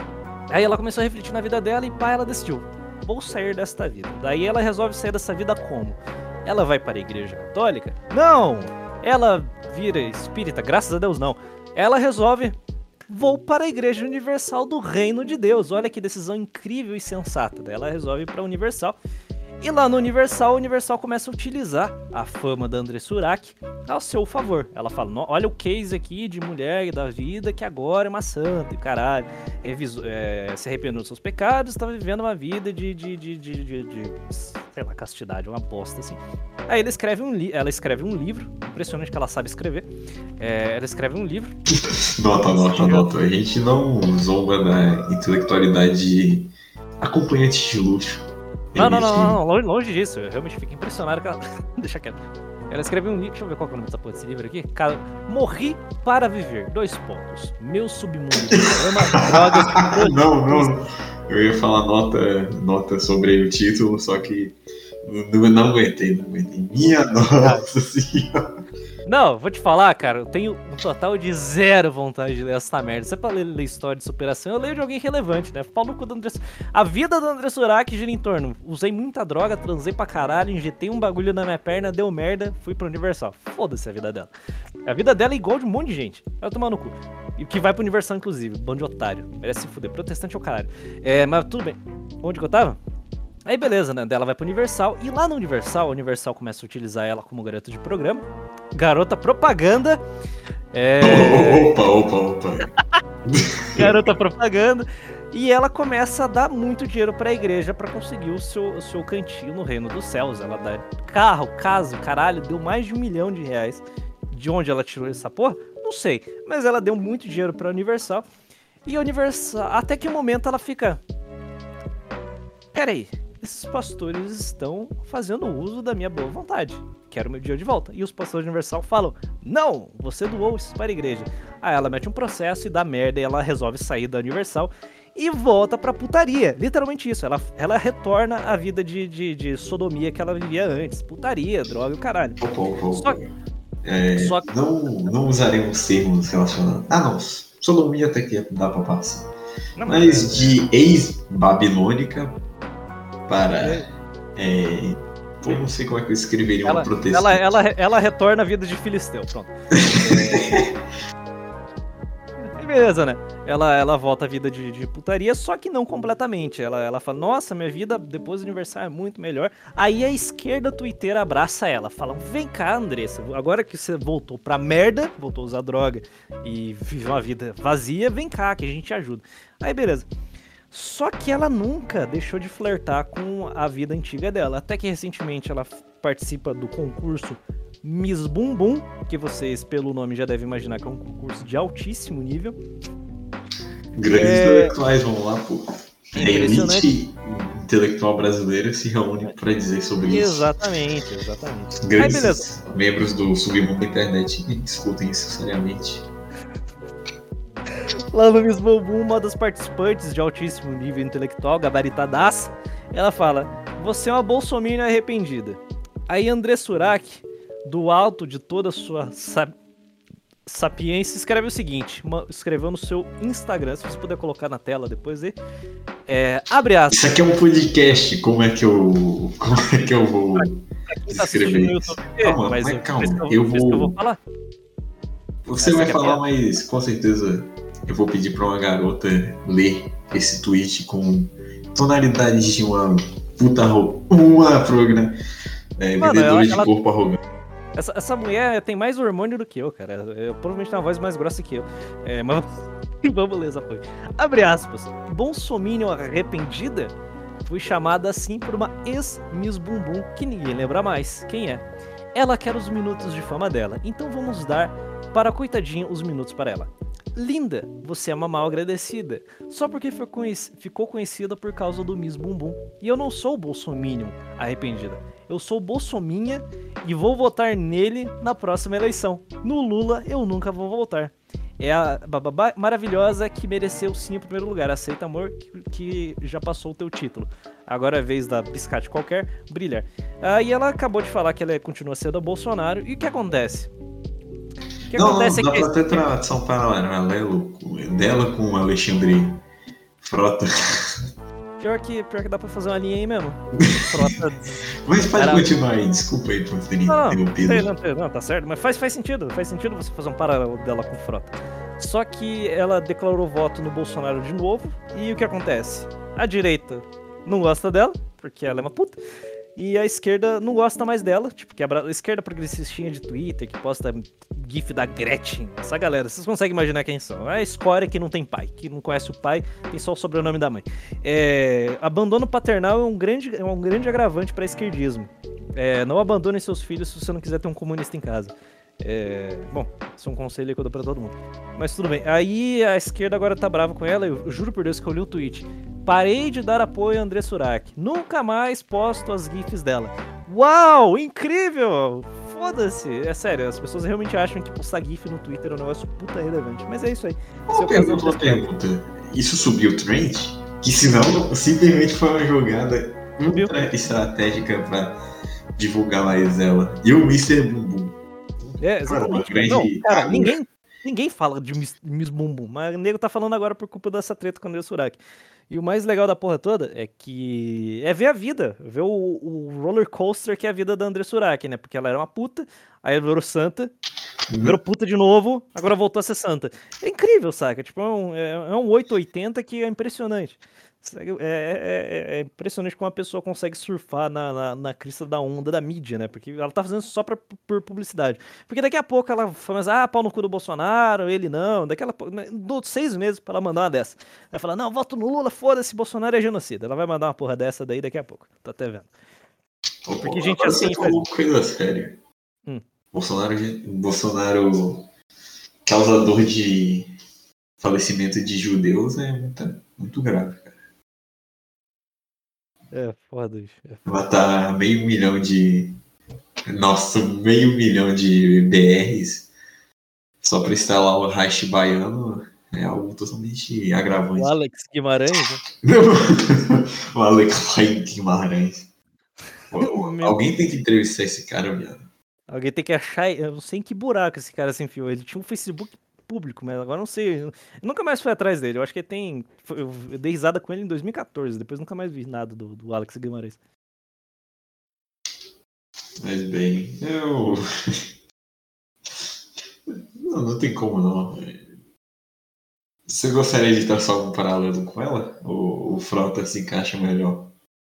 Aí ela começou a refletir na vida dela e pá, ela decidiu, vou sair desta vida. Daí ela resolve sair dessa vida como? Ela vai para a igreja católica? Não! Ela vira espírita? Graças a Deus não. Ela resolve, vou para a Igreja Universal do Reino de Deus. Olha que decisão incrível e sensata. Daí ela resolve ir para a Universal. E lá no Universal, a Universal começa a utilizar a fama da André Surak ao seu favor. Ela fala, olha o case aqui de mulher da vida que agora é uma santa e caralho. Se arrependeu dos seus pecados, está vivendo uma vida de sei lá, castidade, uma bosta assim. Aí ela escreve um livro, impressionante que ela sabe escrever. Ela escreve um livro. Nota. A gente não zomba da intelectualidade de acompanhantes de luxo. Não, longe disso. Eu realmente fico impressionado com ela. Deixa quieto. Ela escreveu um livro, deixa eu ver qual que é o nome dessa porra desse livro aqui. Cara, Morri para Viver, 2 pontos. Meu submundo de drama, drogas... Não. Eu ia falar nota sobre o título, só que não aguentei. Minha nossa senhora. Não, vou te falar, cara, eu tenho um total de 0 vontade de ler essa merda. Se é pra ler história de superação, eu leio de alguém relevante, né? Pau no cu do André... A vida do André Surak gira em torno. Usei muita droga, transei pra caralho, injetei um bagulho na minha perna, deu merda, fui pro Universal. Foda-se a vida dela. A vida dela é igual de um monte de gente. Vai tomar no cu. E o que vai pro Universal, inclusive. Bando de otário. Merece se fuder. Protestante é o caralho. Mas tudo bem. Onde que eu tava? Aí beleza, né? Ela vai pro Universal. E lá no Universal, a Universal começa a utilizar ela como garota de programa. Garota propaganda. Opa. Garota propaganda. E ela começa a dar muito dinheiro pra igreja pra conseguir o seu cantinho no reino dos céus. Ela dá carro, casa, caralho, deu mais de R$1 milhão. De onde ela tirou essa porra? Não sei. Mas ela deu muito dinheiro pra Universal. E a Universal, até que momento ela fica... Peraí, esses pastores estão fazendo uso da minha boa vontade. Quero meu dinheiro de volta. E os pastores de Universal falam, não, você doou isso para a igreja. Aí ela mete um processo e dá merda e ela resolve sair da Universal e volta pra putaria. Literalmente isso. Ela retorna à vida de sodomia que ela vivia antes. Putaria, droga e o caralho. Não usaremos termos relacionados. Não. Sodomia até que dá pra passar. Mas de ex-babilônica para... eu não sei como é que eu escreveria uma protestante. Ela retorna à vida de filisteu, pronto. Beleza, né? Ela volta à vida de putaria, só que não completamente. Ela fala, nossa, minha vida depois do aniversário é muito melhor. Aí a esquerda twitteira abraça ela. Fala, vem cá, Andressa, agora que você voltou pra merda, voltou a usar droga e vive uma vida vazia, vem cá que a gente te ajuda. Aí beleza. Só que ela nunca deixou de flertar com a vida antiga dela. Até que recentemente ela participa do concurso Miss Bumbum, que vocês pelo nome já devem imaginar que é um concurso de altíssimo nível. Grandes intelectuais, vamos lá, pô. A elite intelectual brasileira se reúne para dizer sobre isso. Exatamente. Grandes membros do submundo da internet discutem isso seriamente. Lá no Miss Bumbum, uma das participantes de altíssimo nível intelectual, gabaritadaça, ela fala, você é uma bolsominion arrependida. Aí André Surak, do alto de toda a sua sapiência, escreve o seguinte, escreveu no seu Instagram, se você puder colocar na tela depois aí, abre aspas. Isso aqui é um podcast, como é que eu vou escrever isso? Calma, eu vou falar. Você vai falar, mas com certeza eu vou pedir pra uma garota ler esse tweet com tonalidade de uma puta programa vendedora de corpo arrogante. Essa mulher tem mais hormônio do que eu, cara. Eu provavelmente tenho uma voz mais grossa que eu. Mas vamos ler essa coisa. Abre aspas. Bolsominion arrependida foi chamada assim por uma ex-Miss Bumbum que ninguém lembra mais quem é. Ela quer os minutos de fama dela, então vamos dar para a coitadinha os minutos para ela. Linda, você é uma mal agradecida, só porque ficou conhecida por causa do Miss Bumbum. E eu não sou bolsominion arrependida, eu sou bolsominha e vou votar nele na próxima eleição. No Lula eu nunca vou votar. É a bababá maravilhosa que mereceu sim o primeiro lugar. Aceita, amor, que já passou o teu título. Agora é a vez da biscate qualquer brilhar. E ela acabou de falar que ela continua sendo a Bolsonaro. E o que acontece? Dá pra ter tradição paralelo dela com o Alexandre Frota. Pior que dá pra fazer uma linha aí mesmo. Frota. Mas pode continuar aí, desculpa aí por ter interrompido. Não, tá certo. Mas faz sentido você fazer um paralelo dela com Frota. Só que ela declarou voto no Bolsonaro de novo. E o que acontece? A direita não gosta dela, porque ela é uma puta. E a esquerda não gosta mais dela, tipo, que a esquerda progressistinha de Twitter, que posta gif da Gretchen, essa galera, vocês conseguem imaginar quem são? É a escória que não tem pai, que não conhece o pai, tem só o sobrenome da mãe. Abandono paternal é um grande agravante para esquerdismo. Não abandone seus filhos se você não quiser ter um comunista em casa. Bom, esse é um conselho que eu dou pra todo mundo. Mas tudo bem. Aí a esquerda agora tá brava com ela. Eu juro por Deus que eu li o tweet. Parei de dar apoio a André Surak. Nunca mais posto as gifs dela. Uau, incrível! Foda-se. É sério, as pessoas realmente acham que postar gif no Twitter é um negócio puta relevante. Mas é isso aí. Uma pergunta. Isso subiu o trend? Que senão simplesmente foi uma jogada ultra estratégica pra divulgar mais ela. E o Mr. Bumbum. Exatamente. Cara, ninguém fala de Miss Bumbum, mas o nego tá falando agora por culpa dessa treta com o André Surak. E o mais legal da porra toda é que ver a vida, ver o roller coaster que é a vida da André Surak, né? Porque ela era uma puta, aí ela virou santa, virou puta de novo, agora voltou a ser santa. É incrível, saca? Tipo, é um 880 que é impressionante. É impressionante como a pessoa consegue surfar na crista da onda da mídia, né? Porque ela tá fazendo isso só por publicidade. Porque daqui a pouco ela fala, pau no cu do Bolsonaro, ele não. Daqui a pouco, 6 meses pra ela mandar uma dessa. Vai falar, não, voto no Lula, foda-se, Bolsonaro é genocida. Ela vai mandar uma porra dessa daí daqui a pouco. Tô até vendo. Porque gente assim... Você falou coisa séria. Bolsonaro causador de falecimento de judeus é muito grave, cara. É foda isso. Matar meio milhão de BRs só pra instalar o Reich baiano é algo totalmente agravante. O Alex Guimarães? Né? O Alex Guimarães. Alguém tem que entrevistar esse cara, viado. Alguém tem que achar. Eu não sei em que buraco esse cara se enfiou. Ele tinha um Facebook público, mas agora não sei. Eu nunca mais fui atrás dele. Eu acho que ele tem. Eu dei risada com ele em 2014. Depois nunca mais vi nada do Alex Guimarães. Mas bem, não tem como não. Você gostaria de traçar algum paralelo com ela? Ou o Frota se encaixa melhor?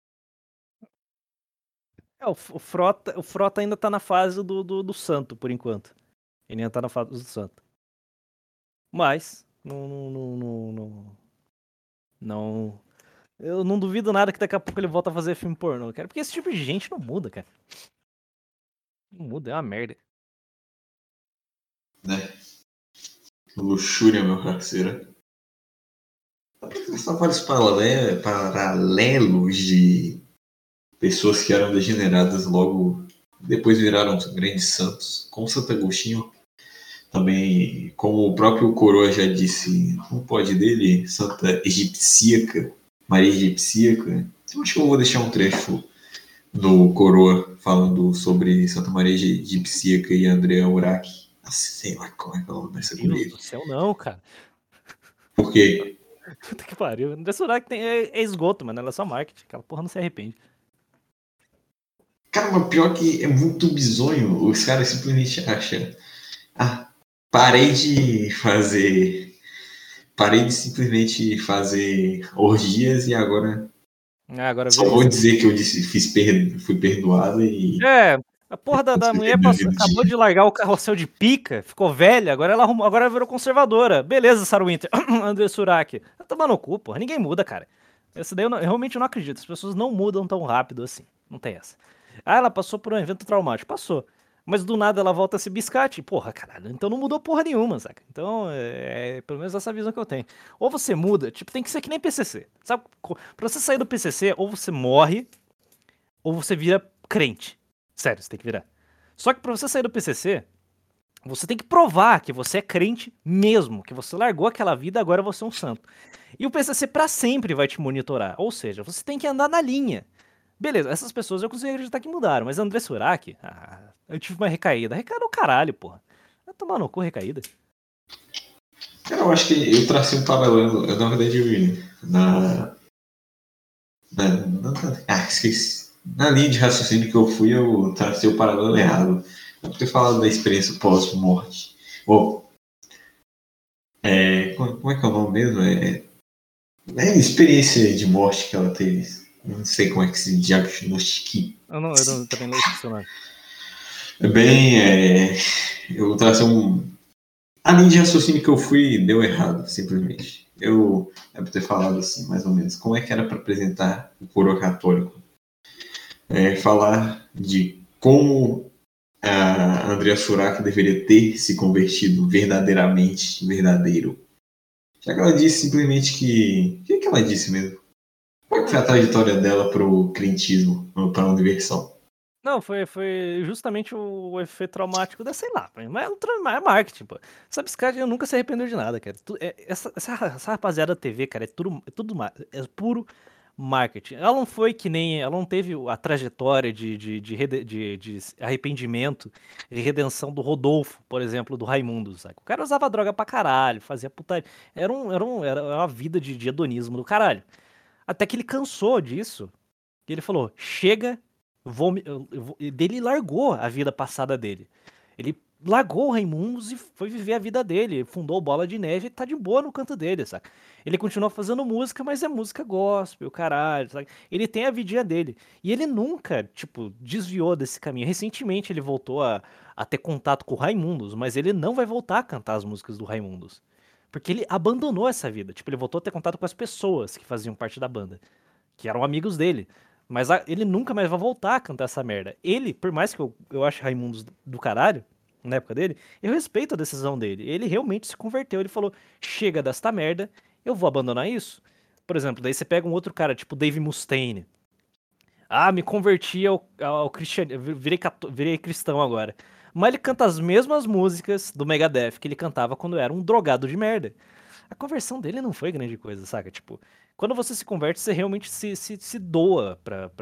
O Frota ainda tá na fase do santo, por enquanto. Ele ainda tá na fase do santo. Mas, não. Eu não duvido nada que daqui a pouco ele volta a fazer filme pornô, cara. Porque esse tipo de gente não muda, cara. Não muda, é uma merda. Né? Luxúria, meu parceiro. Dá pra traçar vários paralelos de pessoas que eram degeneradas logo depois viraram grandes santos, como Santo Agostinho. Também, como o próprio Coroa já disse no pod dele, Santa Egipsíaca, Maria Egipsíaca. Eu acho que eu vou deixar um trecho do Coroa falando sobre Santa Maria Egipsíaca e Andrea Urach. Sei lá como é que é o nome dessa mulher. Meu Deus do céu, não, cara. Por quê? Puta que pariu. André Surak é esgoto, mano. Ela é só marketing. Aquela porra não se arrepende. Cara, mas pior que é muito bizonho. Os caras simplesmente acham. Parei de simplesmente fazer orgias e agora só vou dizer que eu fui perdoado e... A porra da mulher acabou de largar o carrossel de pica, ficou velha, agora ela virou conservadora. Beleza, Sarah Winter. André Surak. Tá tomando o cu, porra. Ninguém muda, cara. Essa daí eu realmente não acredito. As pessoas não mudam tão rápido assim. Não tem essa. Ela passou por um evento traumático. Passou. Mas do nada ela volta a ser biscate. Porra, caralho. Então não mudou porra nenhuma, saca? Então, pelo menos essa visão que eu tenho. Ou você muda, tipo, tem que ser que nem PCC. Sabe? Pra você sair do PCC, ou você morre, ou você vira crente. Sério, você tem que virar. Só que pra você sair do PCC, você tem que provar que você é crente mesmo. Que você largou aquela vida e agora você é um santo. E o PCC pra sempre vai te monitorar. Ou seja, você tem que andar na linha. Beleza, essas pessoas eu consigo acreditar que mudaram, mas André Surak, eu tive uma recaída. Recaída é o caralho, porra. Vai tomar no cu recaída. Cara, eu acho que eu tracei um paralelo. Na verdade, esqueci. Na linha de raciocínio que eu fui, eu tracei o paralelo errado. Eu ter falado da experiência pós-morte. Ou, como é que é o nome mesmo? Experiência de morte que ela teve. Não sei como é que se diagnostica. Também não esqueci o nome. É bem. Eu tracei um. A linha de raciocínio que eu fui deu errado, simplesmente. Eu devo ter falado assim, mais ou menos, como é que era para apresentar o coro católico. Falar de como a Andrea Surak deveria ter se convertido verdadeiramente verdadeiro. Já que ela disse simplesmente que. O que ela disse mesmo? Qual foi a trajetória dela pro crentismo, para a universal? Não, foi justamente o efeito traumático da, sei lá, mas é marketing, pô. Sabe, esse cara nunca se arrependeu de nada, cara. Essa rapaziada da TV, cara, é puro marketing. Ela não foi que nem, ela não teve a trajetória de arrependimento e redenção do Rodolfo, por exemplo, do Raimundo, sabe? O cara usava droga pra caralho, fazia putaria. Era uma vida de hedonismo do caralho. Até que ele cansou disso. E ele falou: chega, e dele largou a vida passada dele. Ele largou o Raimundos e foi viver a vida dele. Fundou Bola de Neve e tá de boa no canto dele, saca? Ele continua fazendo música, mas é música gospel, caralho, saca? Ele tem a vidinha dele. E ele nunca, tipo, desviou desse caminho. Recentemente ele voltou a ter contato com o Raimundos, mas ele não vai voltar a cantar as músicas do Raimundos. Porque ele abandonou essa vida. Tipo, ele voltou a ter contato com as pessoas que faziam parte da banda, que eram amigos dele. Mas ele nunca mais vai voltar a cantar essa merda. Ele, por mais que eu ache Raimundos do caralho, na época dele, eu respeito a decisão dele. Ele realmente se converteu. Ele falou: chega desta merda, eu vou abandonar isso. Por exemplo, daí você pega um outro cara, tipo Dave Mustaine. Ah, me converti ao cristianismo, virei cristão agora. Mas ele canta as mesmas músicas do Megadeth que ele cantava quando era um drogado de merda. A conversão dele não foi grande coisa, saca? Tipo, quando você se converte, você realmente se doa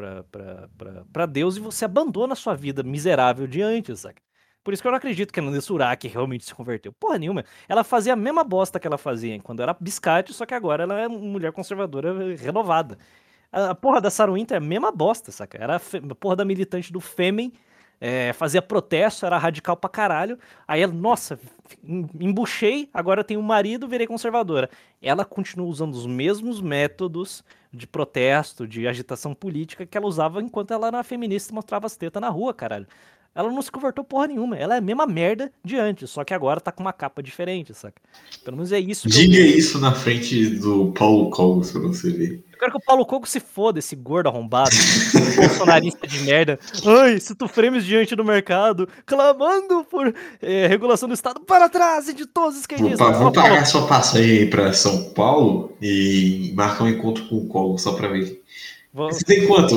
pra Deus e você abandona a sua vida miserável de antes, saca? Por isso que eu não acredito que a Nanda Suraki realmente se converteu. Porra nenhuma. Ela fazia a mesma bosta que ela fazia quando era biscate, só que agora ela é uma mulher conservadora renovada. A porra da Sarah Winter é a mesma bosta, saca? Era a porra da militante do Fêmen, fazia protesto, era radical pra caralho. Aí ela, nossa, embuchei, agora eu tenho um marido, virei conservadora. Ela continua usando os mesmos métodos de protesto, de agitação política que ela usava enquanto ela era feminista e mostrava as tetas na rua, caralho. Ela não se converteu porra nenhuma. Ela é a mesma merda de antes, só que agora tá com uma capa diferente, saca? Pelo menos é isso que eu Diga vejo. isso na frente do Paulo Cogos pra você ver. Eu quero que o Paulo Coco se foda, esse gordo arrombado, bolsonarista de merda. Ai, cito frames diante do mercado, clamando por regulação do Estado para trás de todos os esquerdistas. Vou pagar sua passagem aí pra São Paulo e marcar um encontro com o Cogos só pra ver. Você tem quanto?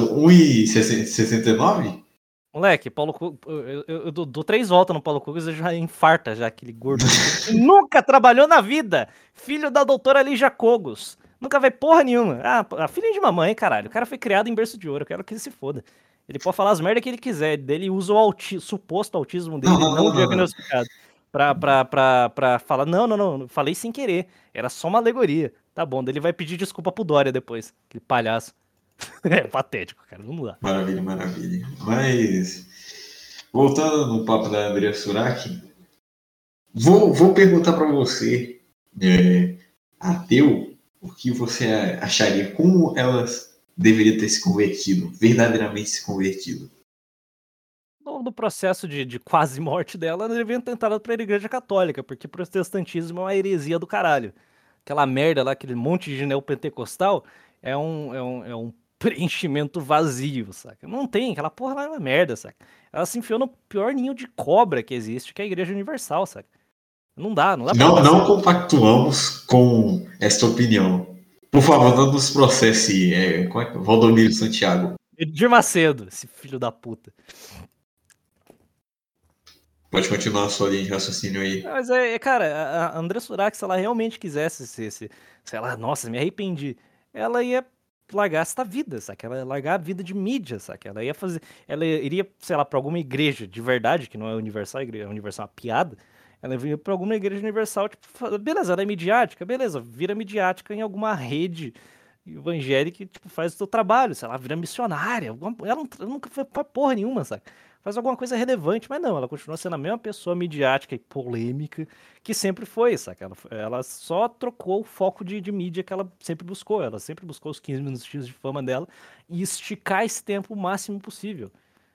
1,69? Moleque, Paulo Coco, eu dou 3 voltas no Paulo Coco e já infarta já aquele gordo. Nunca trabalhou na vida. Filho da doutora Lígia Cogos. Nunca vai porra nenhuma. Ah, a filha de mamãe, caralho. O cara foi criado em berço de ouro. Eu quero que ele se foda. Ele pode falar as merdas que ele quiser. Ele usa o suposto autismo dele, não diagnosticado, pra falar: não. Falei sem querer. Era só uma alegoria. Tá bom, daí ele vai pedir desculpa pro Dória depois. Aquele palhaço. É patético, cara. Não dá. Maravilha, maravilha. Mas, voltando no papo da Andrea Surak, vou perguntar para você, ateu, o que você acharia, como elas deveriam ter se convertido, verdadeiramente se convertido. No processo de quase morte dela, ela devia ter entrado pra igreja católica, porque protestantismo é uma heresia do caralho. Aquela merda lá, aquele monte de neopentecostal, é um preenchimento vazio, saca? Não tem, aquela porra lá é uma merda, saca? Ela se enfiou no pior ninho de cobra que existe, que é a Igreja Universal, saca? Não dá pra ela Não compactuamos com esta opinião. Por favor, não nos processe, como é que é? Valdomiro Santiago. Edir Macedo, esse filho da puta. Pode continuar a sua linha de raciocínio aí. Mas cara, a André Surak, se ela realmente quisesse se ela, nossa, me arrependi, ela ia largar essa vida, saca? Ela ia largar a vida de mídia, saca? Ela iria, sei lá, pra alguma igreja de verdade, que não é Universal, a igreja Universal é uma piada, Ela veio pra alguma igreja universal, tipo, beleza, ela é midiática, beleza, vira midiática em alguma rede evangélica e, tipo, faz o seu trabalho, sei lá, vira missionária. Ela nunca foi pra porra nenhuma, sabe? Faz alguma coisa relevante, mas não, ela continua sendo a mesma pessoa midiática e polêmica que sempre foi, saca? Ela só trocou o foco de mídia que ela sempre buscou. Ela sempre buscou os 15 minutinhos de fama dela e esticar esse tempo o máximo possível.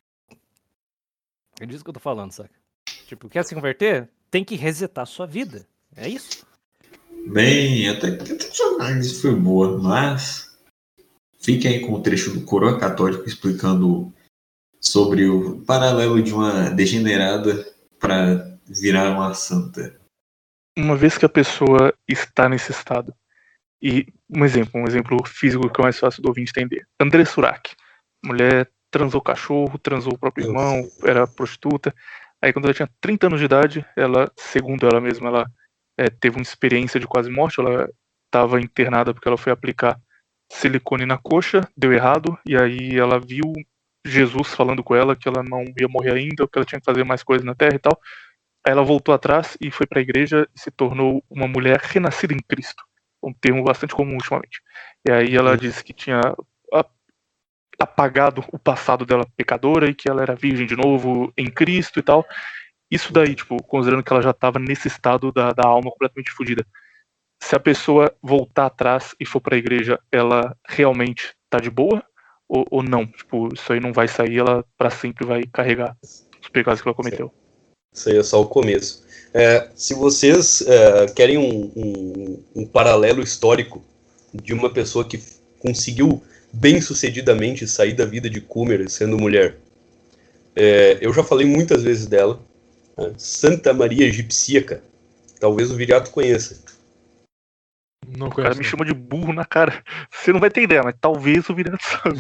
É disso que eu tô falando, saca? Tipo, quer se converter? Tem que resetar sua vida. É isso. Bem, até que a sua análise foi boa, mas fique aí com o trecho do Coroa Católico explicando sobre o paralelo de uma degenerada para virar uma santa. Uma vez que a pessoa está nesse estado, e um exemplo físico que é mais fácil do ouvinte entender. André Surak, mulher transou cachorro, transou o próprio irmão, era prostituta. Aí quando ela tinha 30 anos de idade, ela, segundo ela mesma, ela teve uma experiência de quase morte, ela estava internada porque ela foi aplicar silicone na coxa, deu errado, e aí ela viu Jesus falando com ela que ela não ia morrer ainda, que ela tinha que fazer mais coisas na Terra e tal. Aí ela voltou atrás e foi para a igreja e se tornou uma mulher renascida em Cristo. Um termo bastante comum ultimamente. E aí ela disse que tinha apagado o passado dela pecadora e que ela era virgem de novo em Cristo e tal. Isso daí, tipo, considerando que ela já estava nesse estado da alma completamente fodida. Se a pessoa voltar atrás e for para a igreja, ela realmente tá de boa? Ou não? Tipo, isso aí não vai sair, ela para sempre vai carregar os pecados que ela cometeu. Isso aí é só o começo. Se vocês querem um paralelo histórico de uma pessoa que conseguiu bem-sucedidamente sair da vida de Cúmer sendo mulher, eu já falei muitas vezes dela, Santa Maria Egipcíaca. Talvez o Viriato conheça. Não conheço. O cara me chama de burro na cara. Você não vai ter ideia, mas talvez o Viriato sabe.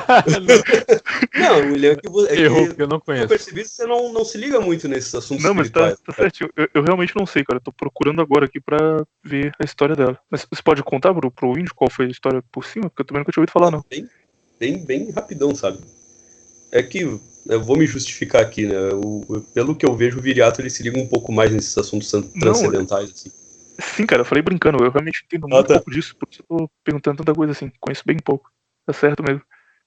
Não, William, errou, porque eu não conheço. Eu percebi que você não se liga muito nesses assuntos espirituais. Mas tá certinho. Eu realmente não sei, cara. Eu tô procurando agora aqui pra ver a história dela. Mas você pode contar pro índio qual foi a história por cima? Porque eu também nunca tinha ouvido falar, não. Bem rapidão, sabe? É que eu vou me justificar aqui, né? Pelo que eu vejo, o Viriato ele se liga um pouco mais nesses assuntos transcendentais, assim. Sim, cara, eu falei brincando, eu realmente entendo muito pouco disso, por isso eu tô perguntando tanta coisa assim, conheço bem pouco, tá certo mesmo.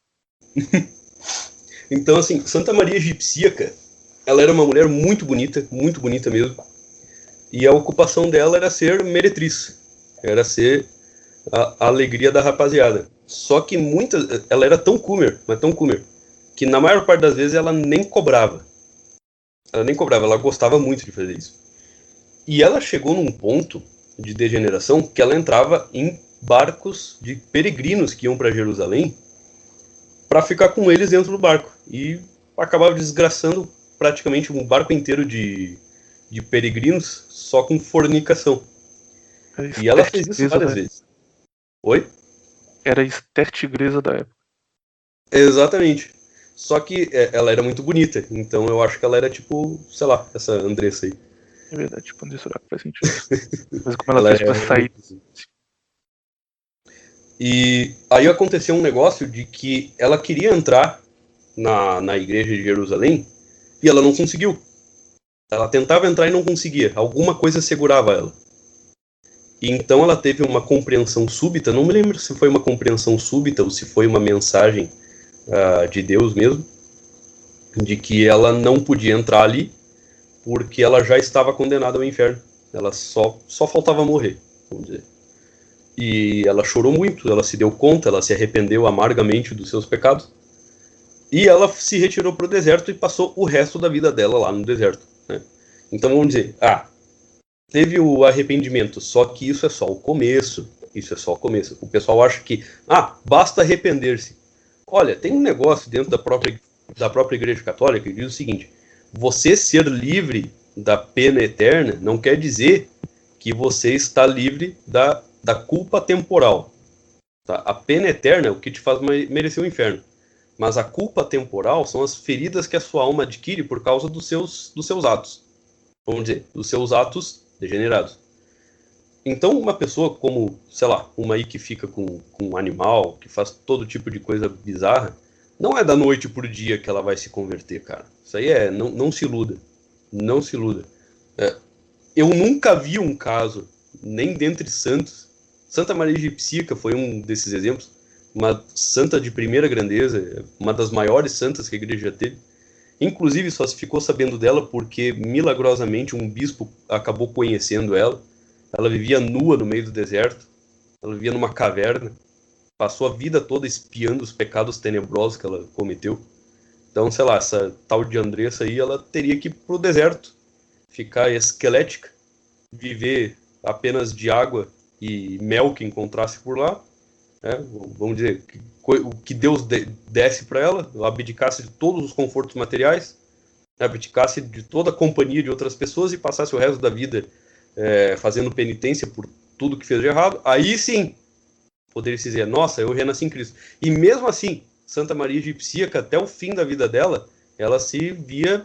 Então, assim, Santa Maria Egipcíaca, ela era uma mulher muito bonita mesmo, e a ocupação dela era ser meretriz, era ser a alegria da rapaziada. Só que ela era tão Cúmer, que na maior parte das vezes ela nem cobrava. Ela gostava muito de fazer isso. E ela chegou num ponto de degeneração que ela entrava em barcos de peregrinos que iam para Jerusalém para ficar com eles dentro do barco. E acabava desgraçando praticamente um barco inteiro de peregrinos só com fornicação. E ela fez isso várias vezes. Oi? Era a Esther Tigresa da época. Exatamente. Só que ela era muito bonita, então eu acho que ela era tipo, sei lá, essa Andressa aí. É verdade, tipo, André Surak faz sentido. Mas como ela fez pra sair. E aí aconteceu um negócio de que ela queria entrar na igreja de Jerusalém e ela não conseguiu. Ela tentava entrar e não conseguia. Alguma coisa segurava ela. E então ela teve uma compreensão súbita, não me lembro se foi uma compreensão súbita ou se foi uma mensagem de Deus mesmo, de que ela não podia entrar ali porque ela já estava condenada ao inferno. Ela só faltava morrer, vamos dizer. E ela chorou muito, ela se deu conta, ela se arrependeu amargamente dos seus pecados. E ela se retirou para o deserto e passou o resto da vida dela lá no deserto, né? Então vamos dizer, teve o arrependimento, só que isso é só o começo. Isso é só o começo. O pessoal acha que, basta arrepender-se. Olha, tem um negócio dentro da própria Igreja Católica que diz o seguinte: você ser livre da pena eterna não quer dizer que você está livre da culpa temporal. Tá? A pena eterna é o que te faz merecer o inferno. Mas a culpa temporal são as feridas que a sua alma adquire por causa dos seus atos. Vamos dizer, dos seus atos degenerados. Então uma pessoa como, sei lá, uma aí que fica com um animal, que faz todo tipo de coisa bizarra, não é da noite pro dia que ela vai se converter, cara. Isso aí não se iluda. Não se iluda. eu nunca vi um caso, nem dentre santos. Santa Maria de Psica foi um desses exemplos, uma santa de primeira grandeza, uma das maiores santas que a igreja já teve. Inclusive, só se ficou sabendo dela porque, milagrosamente, um bispo acabou conhecendo ela. Ela vivia nua no meio do deserto, ela vivia numa caverna, passou a vida toda espiando os pecados tenebrosos que ela cometeu. Então, sei lá, essa tal de Andressa aí, ela teria que ir pro deserto, ficar esquelética, viver apenas de água e mel que encontrasse por lá, né? Vamos dizer, o que Deus desse para ela, abdicasse de todos os confortos materiais, abdicasse de toda a companhia de outras pessoas e passasse o resto da vida fazendo penitência por tudo que fez de errado, aí sim poderia se dizer, nossa, eu renasci em Cristo. E mesmo assim, Santa Maria de Psica, até o fim da vida dela, ela se via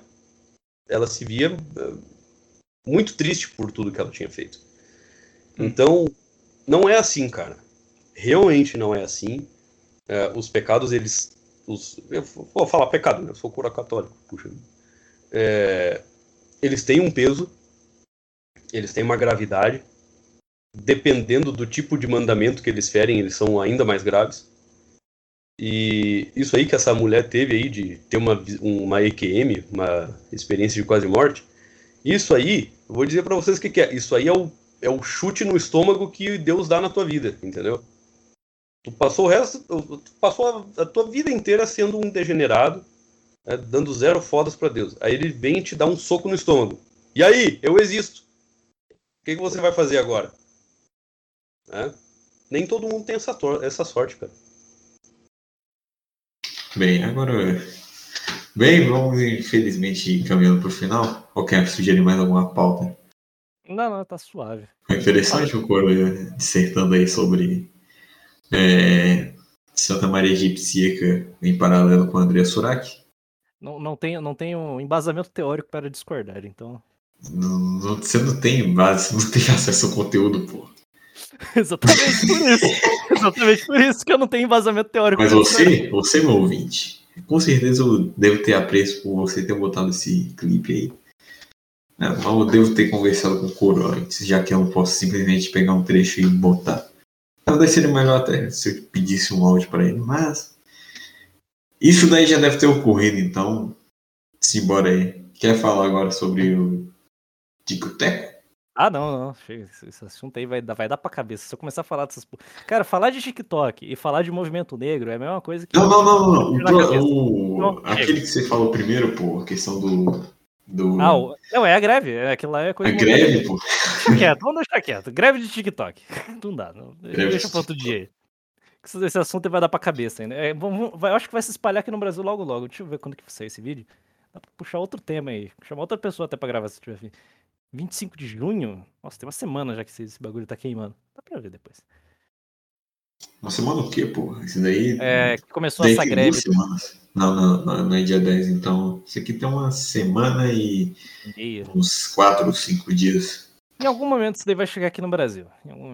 muito triste por tudo que ela tinha feito. Então, não é assim, cara. Realmente não é assim. Os pecados, eu vou falar pecado, né? Eu sou cura católico, puxa. Eles têm um peso, eles têm uma gravidade. Dependendo do tipo de mandamento que eles ferem, eles são ainda mais graves. E isso aí que essa mulher teve aí, de ter uma EQM, uma experiência de quase morte, isso aí, eu vou dizer pra vocês o que é. Isso aí é o chute no estômago que Deus dá na tua vida, entendeu? Tu passou a tua vida inteira sendo um degenerado, né, dando zero fodas pra Deus. Aí ele vem e te dá um soco no estômago. E aí, eu existo. O que você vai fazer agora? Nem todo mundo tem essa sorte, cara. Bem, agora... Bem, vamos infelizmente caminhando para o final. Ou quer sugerir mais alguma pauta? Não, tá suave. Foi interessante o Coro dissertando aí sobre Santa Maria de Psica em paralelo com Andrea Surak. Não tenho embasamento teórico para discordar, então. Você não tem base, você não tem acesso ao conteúdo, pô. Exatamente por isso. Exatamente por isso que eu não tenho embasamento teórico. Mas você, meu ouvinte, com certeza eu devo ter apreço por você ter botado esse clipe aí. Mas eu devo ter conversado com o Coro antes, já que eu não posso simplesmente pegar um trecho e botar. Talvez seria melhor até se eu pedisse um áudio para ele, mas isso daí já deve ter ocorrido, então simbora aí. Quer falar agora sobre o Tico-Teco? Não. Esse assunto aí vai dar pra cabeça. Se eu começar a falar dessas... Cara, falar de TikTok e falar de movimento negro é a mesma coisa que... Não. Aquele que você falou primeiro, pô, a questão do... Não, é a greve. Aquilo lá é coisa... A greve, pô. Vamos deixar quieto. Greve de TikTok. Não dá. Deixa pra outro dia aí. Esse assunto vai dar pra cabeça ainda. Eu acho que vai se espalhar aqui no Brasil logo. Deixa eu ver quando que vai sair esse vídeo. Dá pra puxar outro tema aí. Chamar outra pessoa até pra gravar se tiver fim. 25 de junho? Nossa, tem uma semana já que esse bagulho tá queimando. Dá pra ver depois. Uma semana o quê, pô? Isso daí... Que começou essa greve. 2 semanas. Não é dia 10, então... Isso aqui tem uma semana e... Meia. uns 4 ou 5 dias. Em algum momento isso daí vai chegar aqui no Brasil.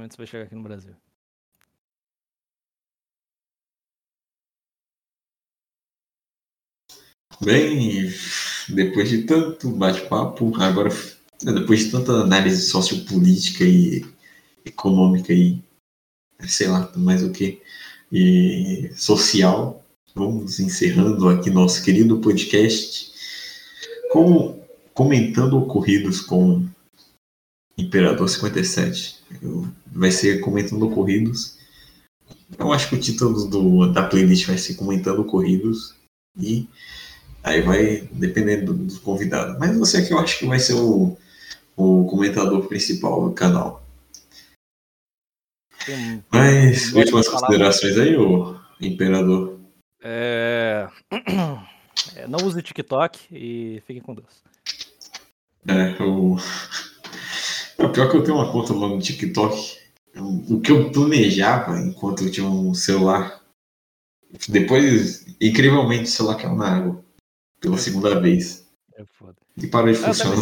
Bem, depois de tanto bate-papo, agora... Depois de tanta análise sociopolítica e econômica e sei lá, mais o que, e social, vamos encerrando aqui nosso querido podcast comentando ocorridos com Imperador 57. Vai ser comentando ocorridos. Eu acho que o título da playlist vai ser comentando ocorridos e aí vai dependendo do convidado. Mas você aqui eu acho que vai ser o comentador principal do canal. Mas últimas considerações aí, ô Imperador? Não use TikTok e fiquem com Deus. O pior que eu tenho uma conta lá no TikTok. O que eu planejava enquanto eu tinha um celular. Depois, incrivelmente, o celular caiu na água. Pela segunda vez. É foda. E parou de funcionar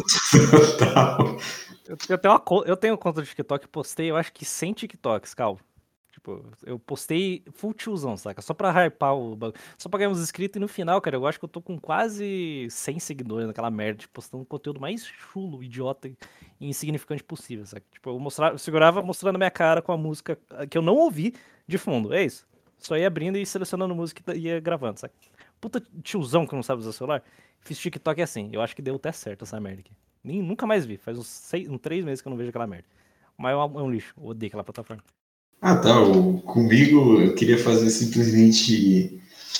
total. Eu tenho conta do TikTok, postei, eu acho que 100 TikToks, calma. Tipo, eu postei full tiozão, saca? Só pra hypar o bagulho. Só pra ganhar uns inscritos e no final, cara, eu acho que eu tô com quase 100 seguidores naquela merda, tipo, postando conteúdo mais chulo, idiota e insignificante possível, saca? Tipo, eu segurava mostrando minha cara com a música que eu não ouvi de fundo. É isso. Só ia abrindo e selecionando música e ia gravando, saca? Puta tiozão que não sabe usar celular. Fiz TikTok assim. Eu acho que deu até certo essa merda aqui. Nunca mais vi. Faz uns 3 meses que eu não vejo aquela merda. Mas é um lixo. Eu odeio aquela plataforma. Ah, tá. Comigo, eu queria fazer simplesmente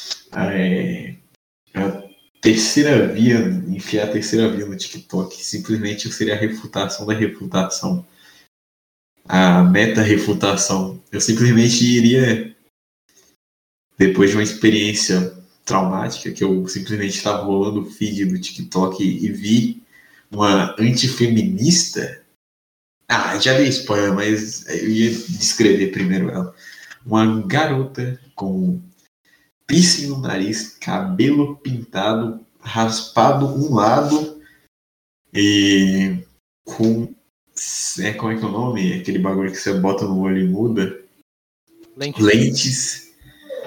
a terceira via, enfiar a terceira via no TikTok. Simplesmente eu seria a refutação da refutação. A meta-refutação. Eu simplesmente iria, depois de uma experiência traumática, que eu simplesmente estava rolando o feed do TikTok e vi uma antifeminista. Ah, já dei spoiler, mas eu ia descrever primeiro ela. Uma garota com piercing no nariz, cabelo pintado, raspado um lado e com. Como é que é o nome? Aquele bagulho que você bota no olho e muda. Lentes.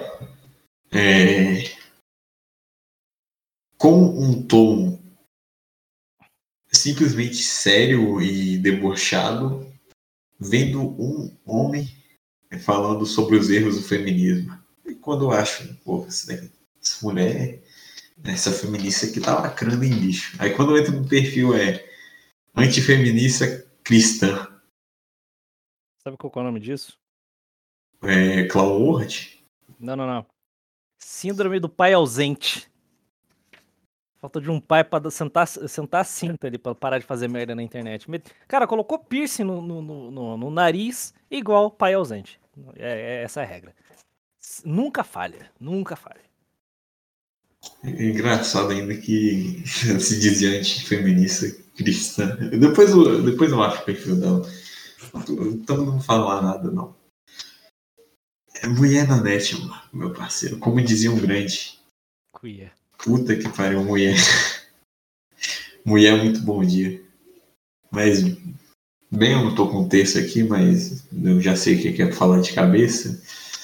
Com um tom simplesmente sério e debochado, vendo um homem falando sobre os erros do feminismo. E quando eu acho, pô, essa mulher, essa feminista aqui tá lacrando em bicho. Aí quando eu entro no perfil antifeminista cristã. Sabe qual é o nome disso? Clown World? Não. Síndrome do pai ausente. Falta de um pai pra sentar a cinta ali pra parar de fazer merda na internet. Cara, colocou piercing no nariz igual pai ausente. Essa é a regra. Nunca falha. É engraçado ainda que se dizia antifeminista cristã. Depois eu acho o perfil dela. Então não vou falar nada, não. É mulher na net, meu parceiro. Como dizia um grande. Cuia. Puta que pariu, mulher. Mulher, muito bom dia. Mas, bem, eu não tô com o texto aqui, mas eu já sei o que é falar de cabeça.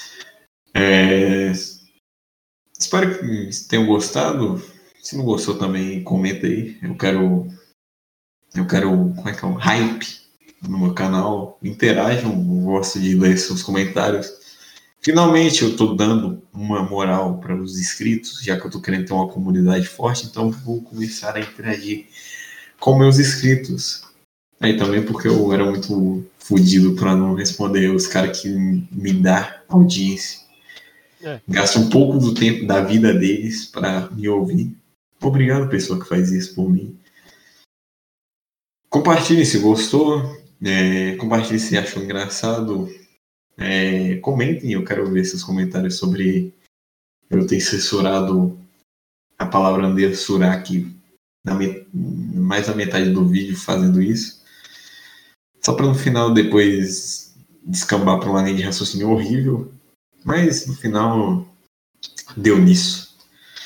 Espero que tenham gostado. Se não gostou também, comenta aí. Eu quero como é que é? Hype no meu canal. Interajam, gosto de ler seus comentários. Finalmente eu tô dando uma moral para os inscritos, já que eu tô querendo ter uma comunidade forte, então vou começar a interagir com meus inscritos. Aí também porque eu era muito fodido para não responder os caras que me dão audiência. Gasto um pouco do tempo da vida deles para me ouvir. Obrigado, pessoa que faz isso por mim. Compartilhe se gostou. Compartilhe se achou engraçado. Comentem, eu quero ver seus comentários sobre eu ter censurado a palavra André Surak mais da metade do vídeo fazendo isso. Só para no final depois descambar para uma linha de raciocínio horrível. Mas no final deu nisso.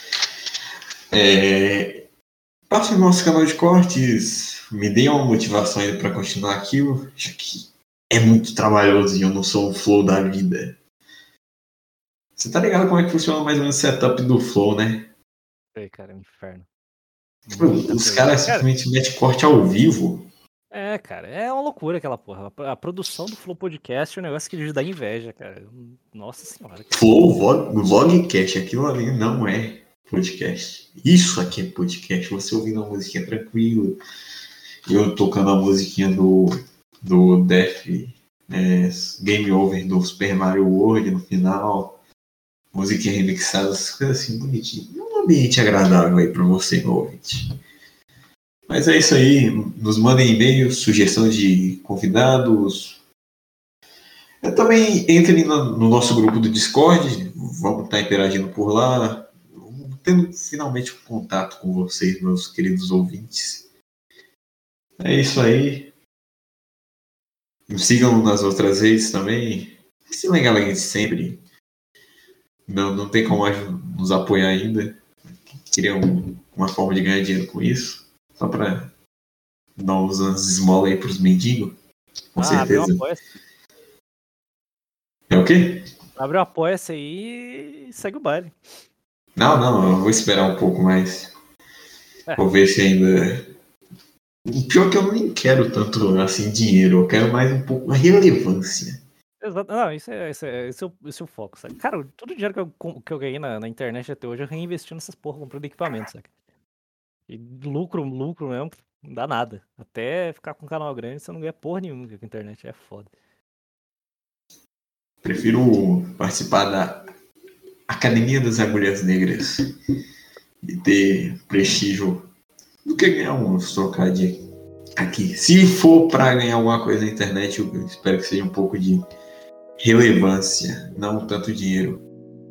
Passe no nosso canal de cortes, me dê uma motivação ainda para continuar aquilo, já que é muito trabalhoso e eu não sou um flow da vida. Você tá ligado como é que funciona mais ou menos o setup do flow, né? Cara, é um inferno. Os caras simplesmente metem corte ao vivo. Cara, é uma loucura aquela porra. A produção do Flow Podcast é um negócio que dá inveja, cara. Nossa senhora. Cara. Flow Vlogcast, aquilo ali não é podcast. Isso aqui é podcast. Você ouvindo a musiquinha tranquilo. Eu tocando a musiquinha do Death Game Over do Super Mario World no final. Musiquinha remixada, essas coisas assim bonitinhas. Um ambiente agradável aí pra você, meu ouvinte. Mas é isso aí. Nos mandem e-mails, sugestão de convidados. Também entrem no nosso grupo do Discord. Vamos estar interagindo por lá. Tendo finalmente um contato com vocês, meus queridos ouvintes. É isso aí. Nos sigam nas outras redes também. Se legal a gente sempre. Não tem como nos apoiar ainda. Queria uma forma de ganhar dinheiro com isso. Só pra dar umas esmolas aí pros mendigos. Com certeza. É o quê? Abre o Apoia-se aí e segue o baile. Não, eu vou esperar um pouco mais. É. Vou ver se ainda. O pior é que eu nem quero tanto assim dinheiro, eu quero mais um pouco a relevância. Exato. Não, esse é o foco, sabe? Cara, todo o dinheiro que eu ganhei na internet até hoje eu reinvesti nessas porra comprando equipamento, sabe? E lucro mesmo, não dá nada. Até ficar com um canal grande, você não ganha porra nenhuma com a internet, é foda. Prefiro participar da Academia das Agulhas Negras e ter prestígio do que ganhar uns trocadinhos aqui. Se for pra ganhar alguma coisa na internet, eu espero que seja um pouco de relevância, não tanto dinheiro.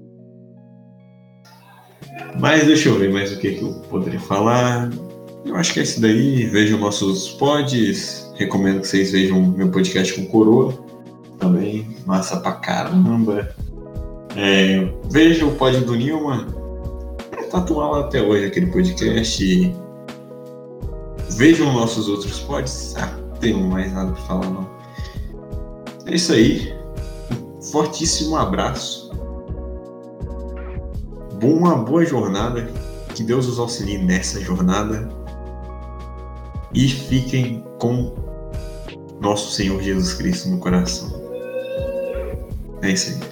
Mas deixa eu ver mais o que eu poderia falar. Eu acho que é isso daí. Vejam nossos pods. Recomendo que vocês vejam meu podcast com Coroa. Também, massa pra caramba. Veja o pod do Nilman. Tá atual até hoje aquele podcast. Vejam nossos outros pods. Não tenho mais nada pra falar, não. É isso aí. Um fortíssimo abraço. Uma boa jornada. Que Deus os auxilie nessa jornada. E fiquem com nosso Senhor Jesus Cristo no coração. É isso aí.